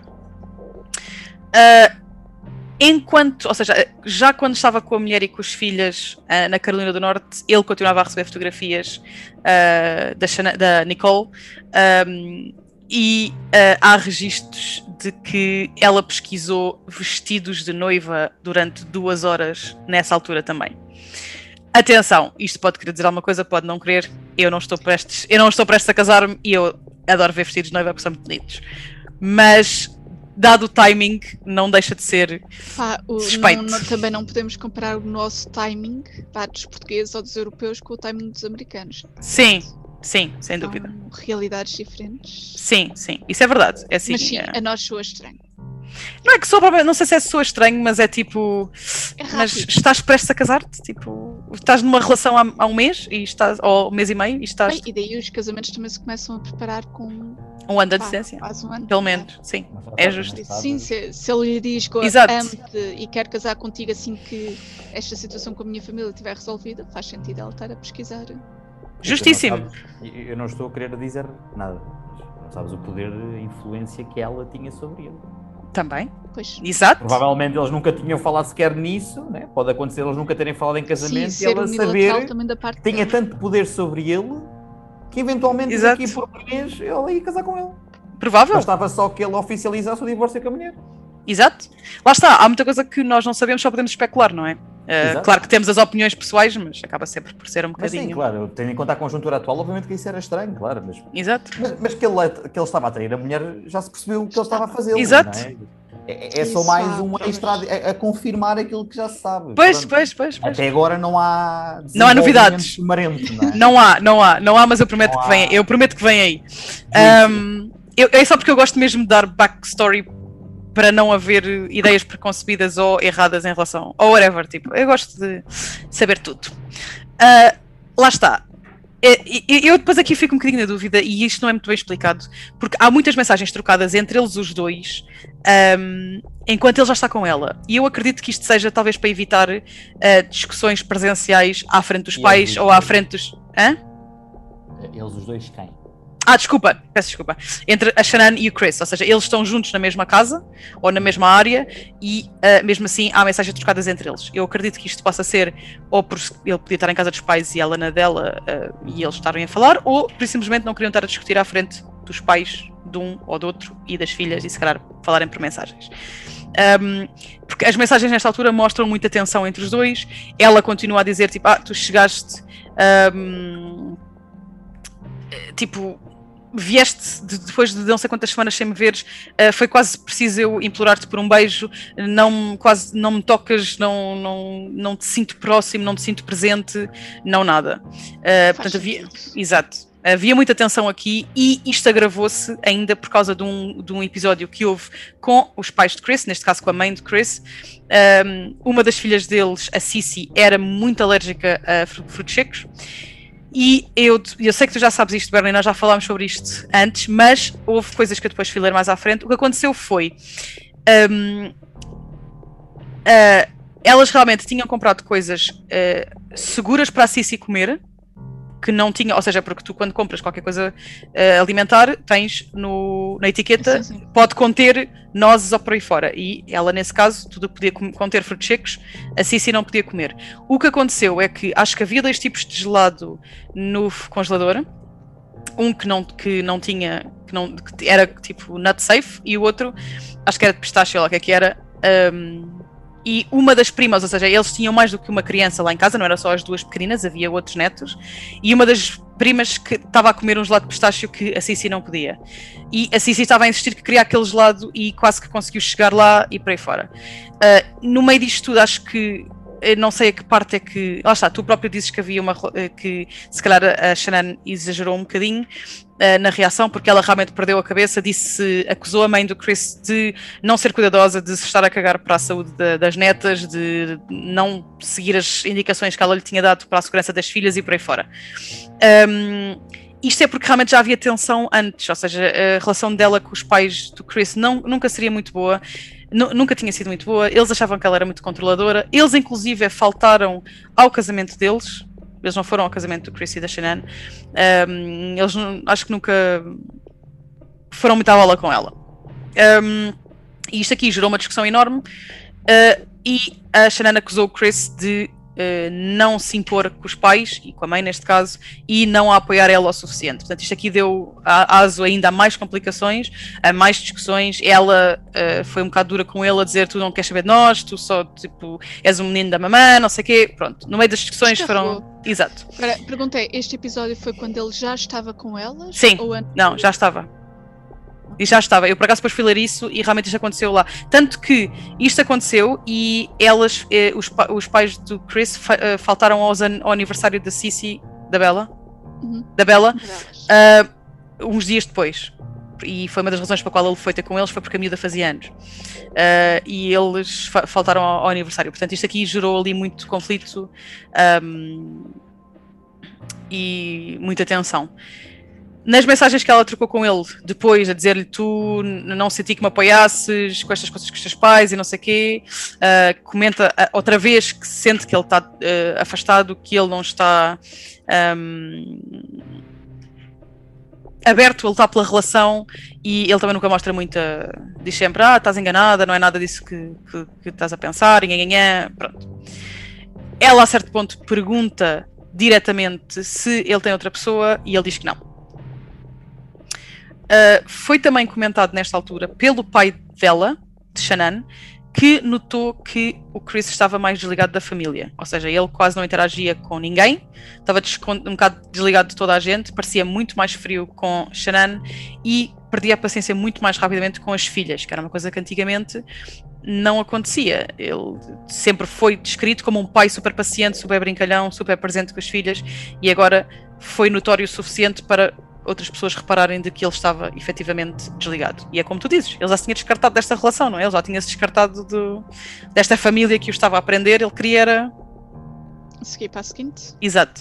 Ou seja, já quando estava com a mulher e com as filhas na Carolina do Norte, ele continuava a receber fotografias da Nicole, e há registros de que ela pesquisou vestidos de noiva durante 2 horas nessa altura também. Atenção, isto pode querer dizer alguma coisa, pode não querer. Eu não estou prestes a casar-me e eu adoro ver vestidos de noiva porque são muito bonitos. Mas dado o timing, não deixa de ser suspeito. Também não podemos comparar o nosso timing, dos portugueses ou dos europeus, com o timing dos americanos. Sim, sem dúvida. São realidades diferentes. Sim, isso é verdade. É assim, mas sim, a nós soa estranho. Não é que não sei se soa estranho, mas é tipo... mas estás prestes a casar-te? Tipo, estás numa relação há um mês, ou um mês e meio, e estás... Bem, e daí os casamentos também se começam a preparar com... Um ano de distância. Quase um ano. Pelo menos, sim. É justo. Sim, se ele lhe diz que amo-te e quer casar contigo assim que esta situação com a minha família estiver resolvida, faz sentido ela estar a pesquisar. Justíssimo. Eu não estou a querer dizer nada. Não sabes o poder de influência que ela tinha sobre ele. Também. Pois. Exato. Provavelmente eles nunca tinham falado sequer nisso, né? Pode acontecer eles nunca terem falado em casamento, sim, e ela saber também da parte que tinha tanto poder sobre ele que eventualmente daqui por mês ela ia casar com ele. Provável. Bastava só que ele oficializasse o divórcio com a mulher. Exato. Lá está, há muita coisa que nós não sabemos, só podemos especular, não é? Claro que temos as opiniões pessoais, mas acaba sempre por ser um bocadinho... Mas sim, claro, tendo em conta a conjuntura atual, obviamente que isso era estranho, claro. Mas... Exato. Mas que ele estava a trair a mulher, já se percebeu o que ele estava a fazer. Exato. Não é? É só mais um extra a confirmar aquilo que já se sabe. Pois. Até agora não há novidades. Não há, mas eu prometo que vem aí. É só porque eu gosto mesmo de dar backstory para não haver ideias preconcebidas ou erradas em relação ou whatever, tipo, eu gosto de saber tudo. Lá está. Eu depois aqui fico um bocadinho na dúvida, e isto não é muito bem explicado, porque há muitas mensagens trocadas entre eles os dois, enquanto ele já está com ela. E eu acredito que isto seja talvez para evitar discussões presenciais à frente dos pais ou à frente dos... Hã? Eles os dois quem? Peço desculpa. Entre a Shannon e o Chris, ou seja, eles estão juntos na mesma casa ou na mesma área e mesmo assim há mensagens trocadas entre eles. Eu acredito que isto possa ser ou por ele podia estar em casa dos pais e ela na dela e eles estarem a falar, ou por simplesmente não queriam estar a discutir à frente dos pais de um ou do outro e das filhas e se calhar falarem por mensagens. Porque as mensagens nesta altura mostram muita tensão entre os dois. Ela continua a dizer tipo, tu chegaste tipo, vieste depois de não sei quantas semanas sem me veres, foi quase preciso eu implorar-te por um beijo, quase não me tocas, não te sinto próximo, não te sinto presente, não nada. Portanto, havia muita tensão aqui, e isto agravou-se ainda por causa de um episódio que houve com os pais de Chris, neste caso com a mãe de Chris. Uma das filhas deles, a Cici, era muito alérgica a frutos secos. E eu sei que tu já sabes isto, Bernie, nós já falámos sobre isto antes, mas houve coisas que eu depois fui ler mais à frente. O que aconteceu foi... elas realmente tinham comprado coisas seguras para a Cici comer, que não tinha, ou seja, porque tu quando compras qualquer coisa alimentar, tens na etiqueta, sim. Pode conter nozes ou por aí fora, e ela nesse caso, tudo podia conter frutos secos, a Cici não podia comer. O que aconteceu é que acho que havia 2 tipos de gelado no congelador, um que não tinha, que era tipo nut safe, e o outro, acho que era de pistache, ou lá o que era, e uma das primas, ou seja, eles tinham mais do que uma criança lá em casa, não era só as 2 pequeninas, havia outros netos, e uma das primas que estava a comer um gelado de pistácio que a Cici não podia. E a Cici estava a insistir que queria aquele gelado e quase que conseguiu chegar lá e por aí fora. No meio disto tudo, acho que não sei a que parte é que... Lá está, tu próprio dizes que havia que se calhar a Shannon exagerou um bocadinho na reação, porque ela realmente perdeu a cabeça, acusou a mãe do Chris de não ser cuidadosa, de se estar a cagar para a saúde das netas, de não seguir as indicações que ela lhe tinha dado para a segurança das filhas e por aí fora. Isto é porque realmente já havia tensão antes, ou seja, a relação dela com os pais do Chris nunca seria muito boa, nunca tinha sido muito boa, eles achavam que ela era muito controladora, eles inclusive faltaram ao casamento deles, eles não foram ao casamento do Chris e da Shanann, eles acho que nunca foram muito à bola com ela. E isto aqui gerou uma discussão enorme, e a Shanann acusou o Chris de não se impor com os pais, e com a mãe neste caso, e não a apoiar ela o suficiente. Portanto, isto aqui deu aso ainda a mais complicações, a mais discussões. Ela foi um bocado dura com ele, a dizer: tu não queres saber de nós, tu só tipo, és um menino da mamã, não sei o quê. Pronto, no meio das discussões foram... Exato. Agora, perguntei, este episódio foi quando ele já estava com elas? Sim, ou antes? Não, já estava. E já estava. Eu por acaso depois fui ler isso e realmente isto aconteceu lá. Tanto que isto aconteceu e elas, os pais do Chris faltaram ao aniversário da Cici, da Bella, uns dias depois. E foi uma das razões para a qual ele foi ter com eles, foi porque a miúda fazia anos. E eles faltaram ao aniversário. Portanto, isto aqui gerou ali muito conflito e muita tensão. Nas mensagens que ela trocou com ele depois, a dizer-lhe: tu não senti que me apoiasses com estas coisas com os teus pais e não sei o quê, comenta outra vez que sente que ele está afastado, que ele não está aberto a lutar pela relação, e ele também nunca mostra muita... Diz sempre: estás enganada, não é nada disso que estás a pensar, pronto. Ela a certo ponto pergunta diretamente se ele tem outra pessoa e ele diz que não. Foi também comentado nesta altura pelo pai dela, de Shanann, que notou que o Chris estava mais desligado da família, ou seja, ele quase não interagia com ninguém, estava um bocado desligado de toda a gente, parecia muito mais frio com Shanann e perdia a paciência muito mais rapidamente com as filhas, que era uma coisa que antigamente não acontecia. Ele sempre foi descrito como um pai super paciente, super brincalhão, super presente com as filhas, e agora foi notório o suficiente para outras pessoas repararem de que ele estava efetivamente desligado. E é como tu dizes, ele já se tinha descartado desta relação, não é? Ele já tinha se descartado desta família que o estava a aprender, ele queria era... seguir para a seguinte. Exato.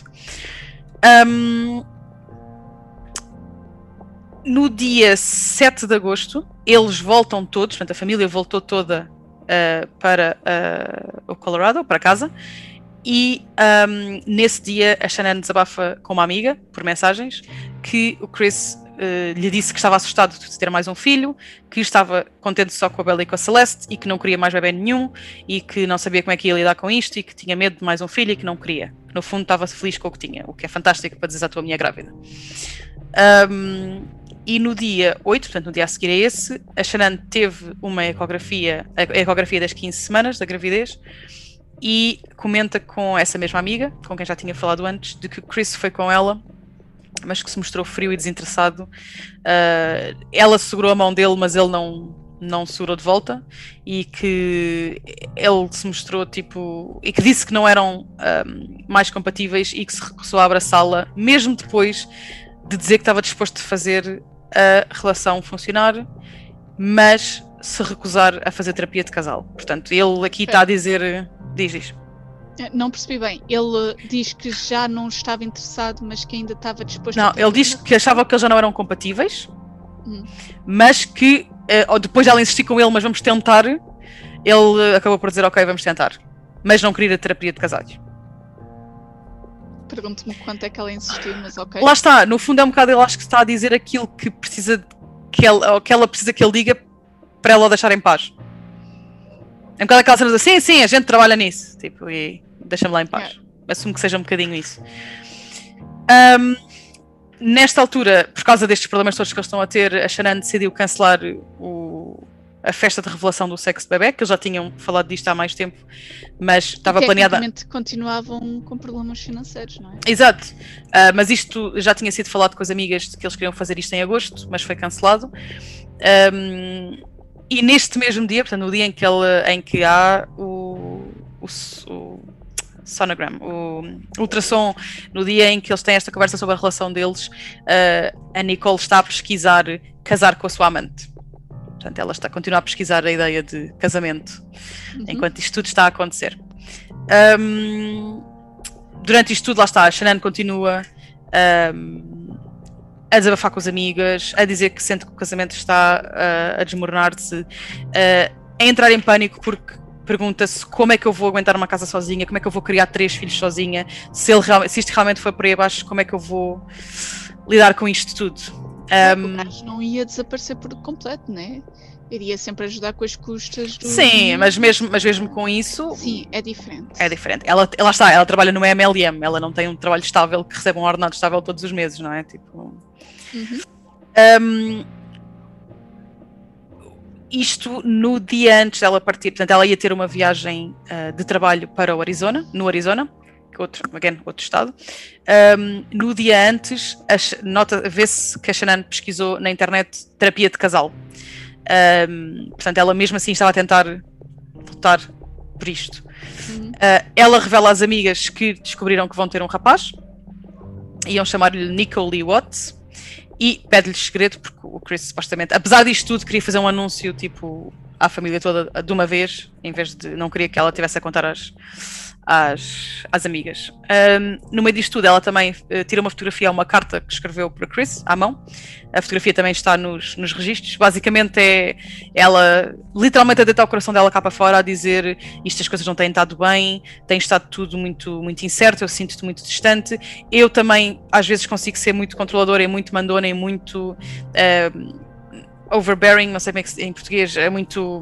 No dia 7 de agosto, eles voltam todos, portanto a família voltou toda para o Colorado, para casa, e nesse dia a Shanann desabafa com uma amiga, por mensagens, que o Chris lhe disse que estava assustado de ter mais um filho, que estava contente só com a Bella e com a Celeste e que não queria mais bebê nenhum e que não sabia como é que ia lidar com isto e que tinha medo de mais um filho e que não queria. No fundo estava feliz com o que tinha, o que é fantástico para dizer à tua minha grávida. E no dia 8, portanto no dia a seguir a esse, a Shanann teve uma ecografia, a ecografia das 15 semanas da gravidez, e comenta com essa mesma amiga, com quem já tinha falado antes, de que Chris foi com ela, mas que se mostrou frio e desinteressado. Ela segurou a mão dele, mas ele não segurou de volta, e que ele se mostrou tipo... e que disse que não eram mais compatíveis e que se recusou a abraçá-la, mesmo depois de dizer que estava disposto a fazer a relação funcionar, mas se recusar a fazer terapia de casal. Portanto, ele aqui está a dizer... Diz. Não percebi bem. Ele diz que já não estava interessado, mas que ainda estava disposto a... Não, ele diz que achava que eles já não eram compatíveis, mas que depois de ela insistir com ele, mas vamos tentar, ele acabou por dizer: ok, vamos tentar, mas não queria a terapia de casais. Pergunto-me quanto é que ela insistiu, mas ok. Lá está, no fundo é um bocado, ele acho que está a dizer aquilo que precisa que ela precisa que ele diga para ela o deixar em paz. É um bocado aquela cena de sim, a gente trabalha nisso, tipo, e deixa-me lá em paz. Assumo que seja um bocadinho isso. Nesta altura, por causa destes problemas todos que eles estão a ter, a Shanann decidiu cancelar a festa de revelação do sexo de bebê, que eles já tinham falado disto há mais tempo, mas estava planeada... continuavam com problemas financeiros, não é? Exato, mas isto já tinha sido falado com as amigas de que eles queriam fazer isto em agosto, mas foi cancelado. E neste mesmo dia, portanto, no dia em que há o sonogram, o ultrassom, no dia em que eles têm esta conversa sobre a relação deles, a Nicole está a pesquisar casar com a sua amante. Portanto, ela continua a pesquisar a ideia de casamento enquanto isto tudo está a acontecer. Durante isto tudo, lá está, a Shanann continua a desabafar com as amigas, a dizer que sente que o casamento está a desmoronar-se, a entrar em pânico porque pergunta-se como é que eu vou aguentar uma casa sozinha, como é que eu vou criar 3 filhos sozinha, se isto realmente foi por aí abaixo, como é que eu vou lidar com isto tudo. O gajo não ia desaparecer por completo, né? Iria sempre ajudar com as custas do... Sim, mas mesmo com isso... Sim, é diferente. É diferente. Ela trabalha no MLM, ela não tem um trabalho estável que recebe um ordenado estável todos os meses, não é? Tipo... Isto no dia antes dela partir, portanto ela ia ter uma viagem de trabalho para o Arizona, no Arizona, outro estado. No dia antes, vê-se que a Shannon pesquisou na internet terapia de casal. Portanto, ela mesmo assim estava a tentar lutar por isto. Ela revela às amigas que descobriram que vão ter um rapaz, iam chamar-lhe Nico Lee Watts, e pede-lhes segredo, porque o Chris supostamente, apesar disto tudo, queria fazer um anúncio tipo à família toda de uma vez, em vez de não queria que ela tivesse a contar às amigas. No meio disto tudo, ela também tira uma fotografia a uma carta que escreveu para Chris, à mão. A fotografia também está nos registros. Basicamente é ela literalmente a deitar o coração dela cá para fora, a dizer isto, as coisas não têm estado bem, tem estado tudo muito, muito incerto, eu sinto-te muito distante. Eu também às vezes consigo ser muito controladora e muito mandona e muito overbearing, não sei como é que em português, é muito...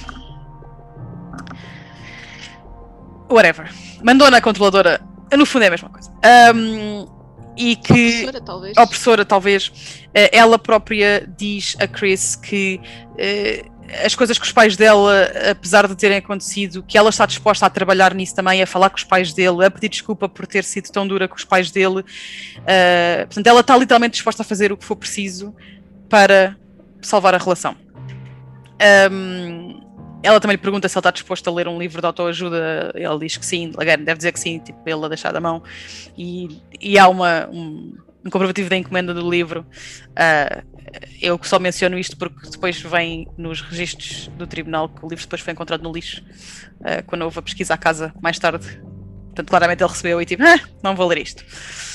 whatever. Mandona, controladora, no fundo é a mesma coisa. E que... Opressora, talvez. Ela própria diz a Chris que as coisas que os pais dela, apesar de terem acontecido, que ela está disposta a trabalhar nisso também, a falar com os pais dele, a pedir desculpa por ter sido tão dura com os pais dele. Portanto, ela está literalmente disposta a fazer o que for preciso para salvar a relação. Ela também lhe pergunta se ele está disposto a ler um livro de autoajuda. Ele diz que sim, deve dizer que sim, tipo, ele a deixar da mão. E há um comprovativo da encomenda do livro. Eu só menciono isto porque depois vem nos registros do tribunal que o livro depois foi encontrado no lixo, quando houve a pesquisa à casa mais tarde. Portanto, claramente ele recebeu e tipo, não vou ler isto.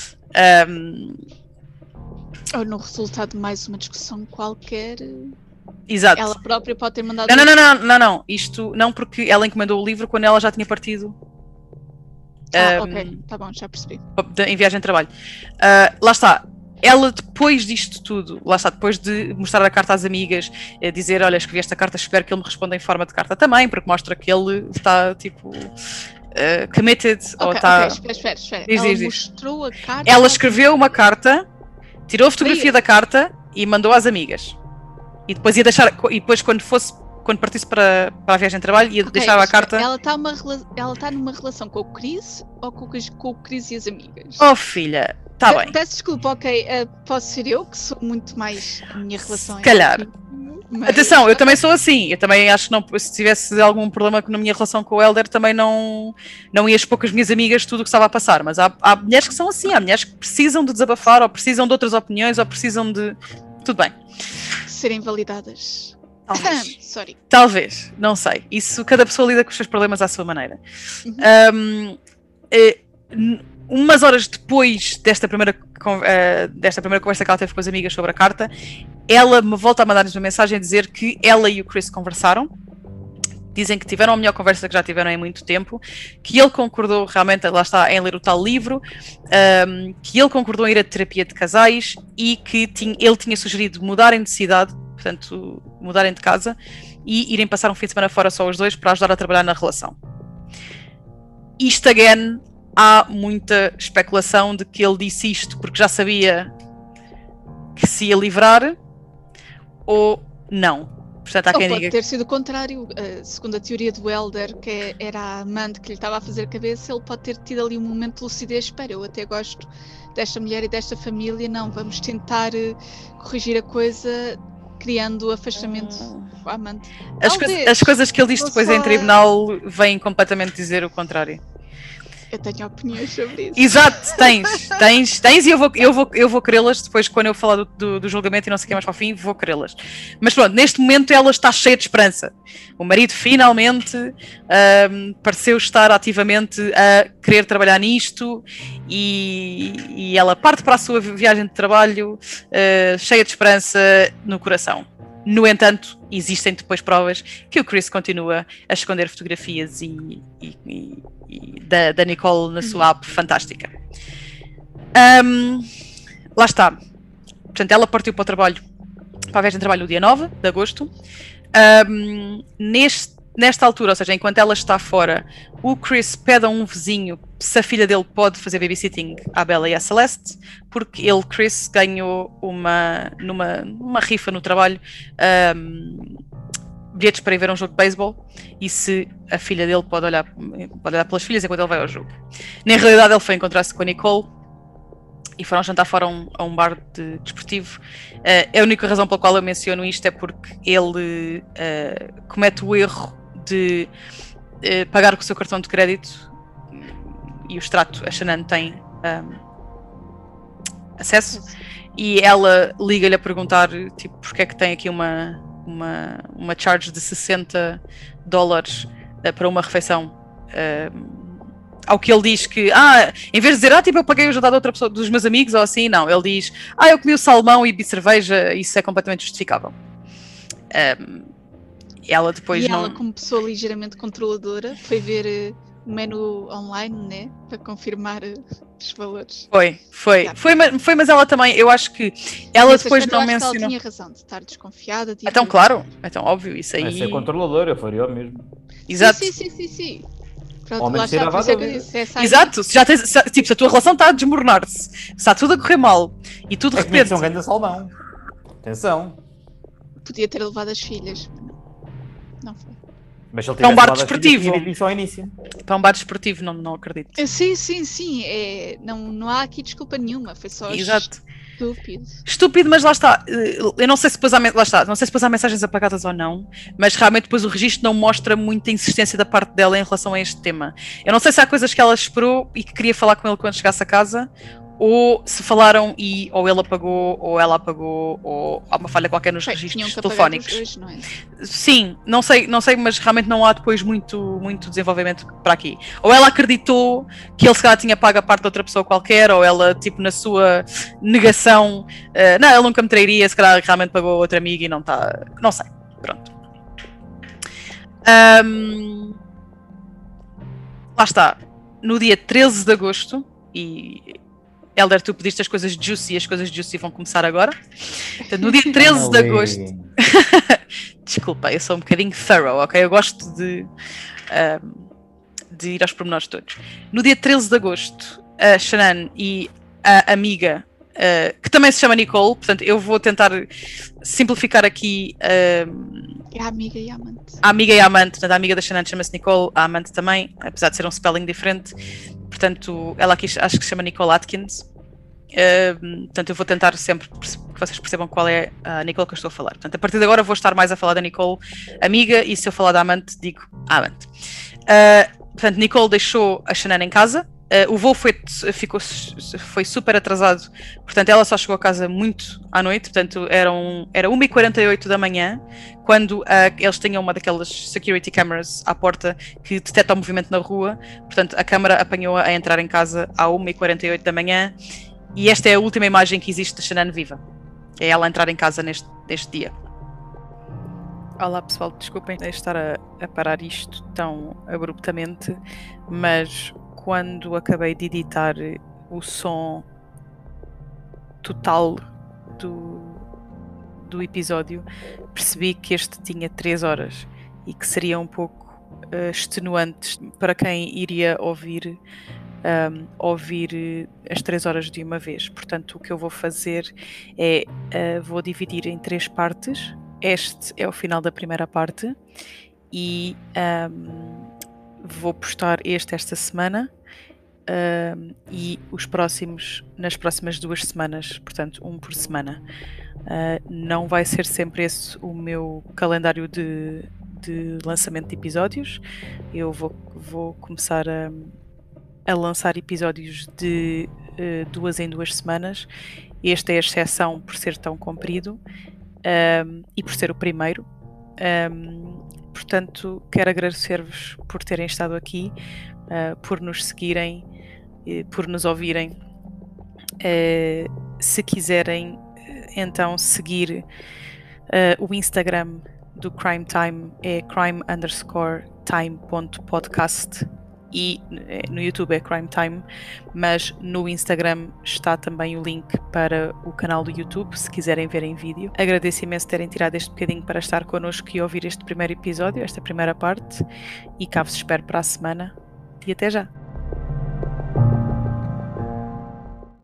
Ou no resultado de mais uma discussão qualquer... Exato. Ela própria pode ter mandado... Não. Isto não, porque ela encomendou o livro quando ela já tinha partido. Ok. Tá bom, já percebi. Em viagem de trabalho. Lá está. Ela, depois disto tudo, lá está, depois de mostrar a carta às amigas, dizer, olha, escrevi esta carta, espero que ele me responda em forma de carta também, porque mostra que ele está, tipo... committed. Espera. Ela mostrou a carta... Ela escreveu uma carta, tirou a fotografia da carta e mandou às amigas. E depois ia deixar, e depois quando partisse para a viagem de trabalho, ia deixar a carta... Ela está numa relação com o Chris ou com o Chris e as amigas? Oh filha, está bem. Peço desculpa, posso ser eu que sou muito mais a minha relação. Se calhar. Mas... Atenção, eu também sou assim. Eu também acho que não, se tivesse algum problema na minha relação com o Elder, também não ia expor com as minhas amigas tudo o que estava a passar. Mas há mulheres que são assim, há mulheres que precisam de desabafar, ou precisam de outras opiniões, ou precisam de... Tudo bem. Serem validadas. Talvez. Sorry. Talvez, não sei. Isso, cada pessoa lida com os seus problemas à sua maneira. Umas horas depois desta primeira conversa que ela teve com as amigas sobre a carta, ela me volta a mandar-lhes uma mensagem a dizer que ela e o Chris conversaram. Dizem que tiveram a melhor conversa que já tiveram em muito tempo, que ele concordou realmente, lá está, em ler o tal livro, que ele concordou em ir a terapia de casais e que ele tinha sugerido mudarem de cidade, portanto, mudarem de casa e irem passar um fim de semana fora só os dois para ajudar a trabalhar na relação. Isto, again, há muita especulação de que ele disse isto porque já sabia que se ia livrar ou não. Portanto, há quem pode ter sido o contrário, segundo a teoria do Elder, que era a amante que lhe estava a fazer a cabeça, ele pode ter tido ali um momento de lucidez. Espera, eu até gosto desta mulher e desta família, não, vamos tentar corrigir a coisa criando afastamento com a amante. As coisas que ele diz depois em tribunal vêm completamente dizer o contrário. Eu tenho opiniões sobre isso. Exato, tens e eu vou querê-las depois quando eu falar do julgamento e não sei o que mais para o fim, vou querê-las. Mas pronto, neste momento ela está cheia de esperança. O marido finalmente pareceu estar ativamente a querer trabalhar nisto e ela parte para a sua viagem de trabalho cheia de esperança no coração. No entanto, existem depois provas que o Chris continua a esconder fotografias da Nicole na sua app fantástica. Lá está. Portanto, ela partiu para a viagem de trabalho no dia 9 de agosto. Nesta altura, ou seja, enquanto ela está fora, o Chris pede a um vizinho se a filha dele pode fazer babysitting à Bella e à Celeste, porque ele, Chris, ganhou numa rifa no trabalho bilhetes para ir ver um jogo de beisebol e se a filha dele pode olhar pelas filhas enquanto ele vai ao jogo. Na realidade, ele foi encontrar-se com a Nicole e foram jantar fora a um bar desportivo. A única razão pela qual eu menciono isto é porque ele comete o erro de pagar com o seu cartão de crédito e o extrato, a Shannon tem acesso, e ela liga-lhe a perguntar tipo, porque é que tem aqui uma charge de $60 para uma refeição. Ao que ele diz que, em vez de dizer, tipo, eu paguei o jantar de outra pessoa, dos meus amigos ou assim, não, ele diz, eu comi o salmão e bebi cerveja, isso é completamente justificável. Ela depois ela, como pessoa ligeiramente controladora, foi ver o menu online, né, para confirmar os valores. Foi, mas ela também, eu acho que ela depois não mencionou. Ela tinha razão de estar desconfiada. Tipo... Então, claro, então óbvio, isso aí. Mas ser controladora, eu faria o mesmo. Exato. Sim. Pronto, lá está, por isso é que eu disse. Exato, se a tua relação está a desmoronar-se, se está tudo a correr mal e tudo de repente. Não ganha salmão. Atenção. Podia ter levado as filhas. Não foi. Mas se ele para um bar desportivo. Ao início. Para um bar desportivo, não acredito. Sim. Não há aqui desculpa nenhuma, foi só estúpido, mas lá está. Eu não sei se depois há mensagens apagadas ou não, mas realmente depois o registro não mostra muita insistência da parte dela em relação a este tema. Eu não sei se há coisas que ela esperou e que queria falar com ele quando chegasse a casa, ou se falaram e ou ele apagou, ou ela apagou, ou há uma falha qualquer nos registros telefónicos. Dois, não é? Sim, não sei, mas realmente não há depois muito desenvolvimento para aqui. Ou ela acreditou que ele se calhar tinha pago a parte de outra pessoa qualquer, ou ela, tipo, na sua negação, não, ele nunca me trairia, se calhar realmente pagou outra amiga e não está. Não sei, pronto. Lá está, no dia 13 de agosto, e Elder, tu pediste as coisas juicy e as coisas juicy vão começar agora. Portanto, no dia 13 de agosto. Desculpa, eu sou um bocadinho thorough, ok? Eu gosto de ir aos pormenores todos. No dia 13 de agosto, a Shannon e a amiga, que também se chama Nicole, portanto, eu vou tentar simplificar aqui. É a amiga e a amante. A amiga e a amante, portanto, a amiga da Shannon chama-se Nicole, a amante também, apesar de ser um spelling diferente. Portanto, ela aqui acho que se chama Nicole Atkins. Portanto, eu vou tentar sempre que vocês percebam qual é a Nicole que eu estou a falar. Portanto, a partir de agora vou estar mais a falar da Nicole amiga, e se eu falar da amante, digo a amante. Portanto, Nicole deixou a Shannon em casa. O voo foi super atrasado, portanto ela só chegou a casa muito à noite, portanto era 1h48 da manhã, quando eles tinham uma daquelas security cameras à porta que detecta o movimento na rua, portanto a câmara apanhou-a a entrar em casa à 1h48 da manhã, e esta é a última imagem que existe da Shannon viva, é ela entrar em casa neste dia. Olá pessoal, desculpem estar a parar isto tão abruptamente, mas quando acabei de editar o som total do episódio, percebi que este tinha 3 horas e que seria um pouco extenuante para quem iria ouvir as 3 horas de uma vez. Portanto, o que eu vou fazer é vou dividir em 3 partes. Este é o final da primeira parte e vou postar esta semana e os próximos nas próximas 2 semanas, portanto 1 por semana. Não vai ser sempre esse o meu calendário de lançamento de episódios. Eu vou começar a a lançar episódios de 2 em 2 semanas. Este é a exceção por ser tão comprido e por ser o primeiro. Portanto, quero agradecer-vos por terem estado aqui, por nos seguirem, por nos ouvirem. Se quiserem então seguir o Instagram do Crime Time, é crime_time.podcast, e no YouTube é Crime Time, mas no Instagram está também o link para o canal do YouTube, se quiserem ver em vídeo. Agradeço imenso terem tirado este bocadinho para estar connosco e ouvir este primeiro episódio, esta primeira parte, e cá vos espero para a semana, e até já!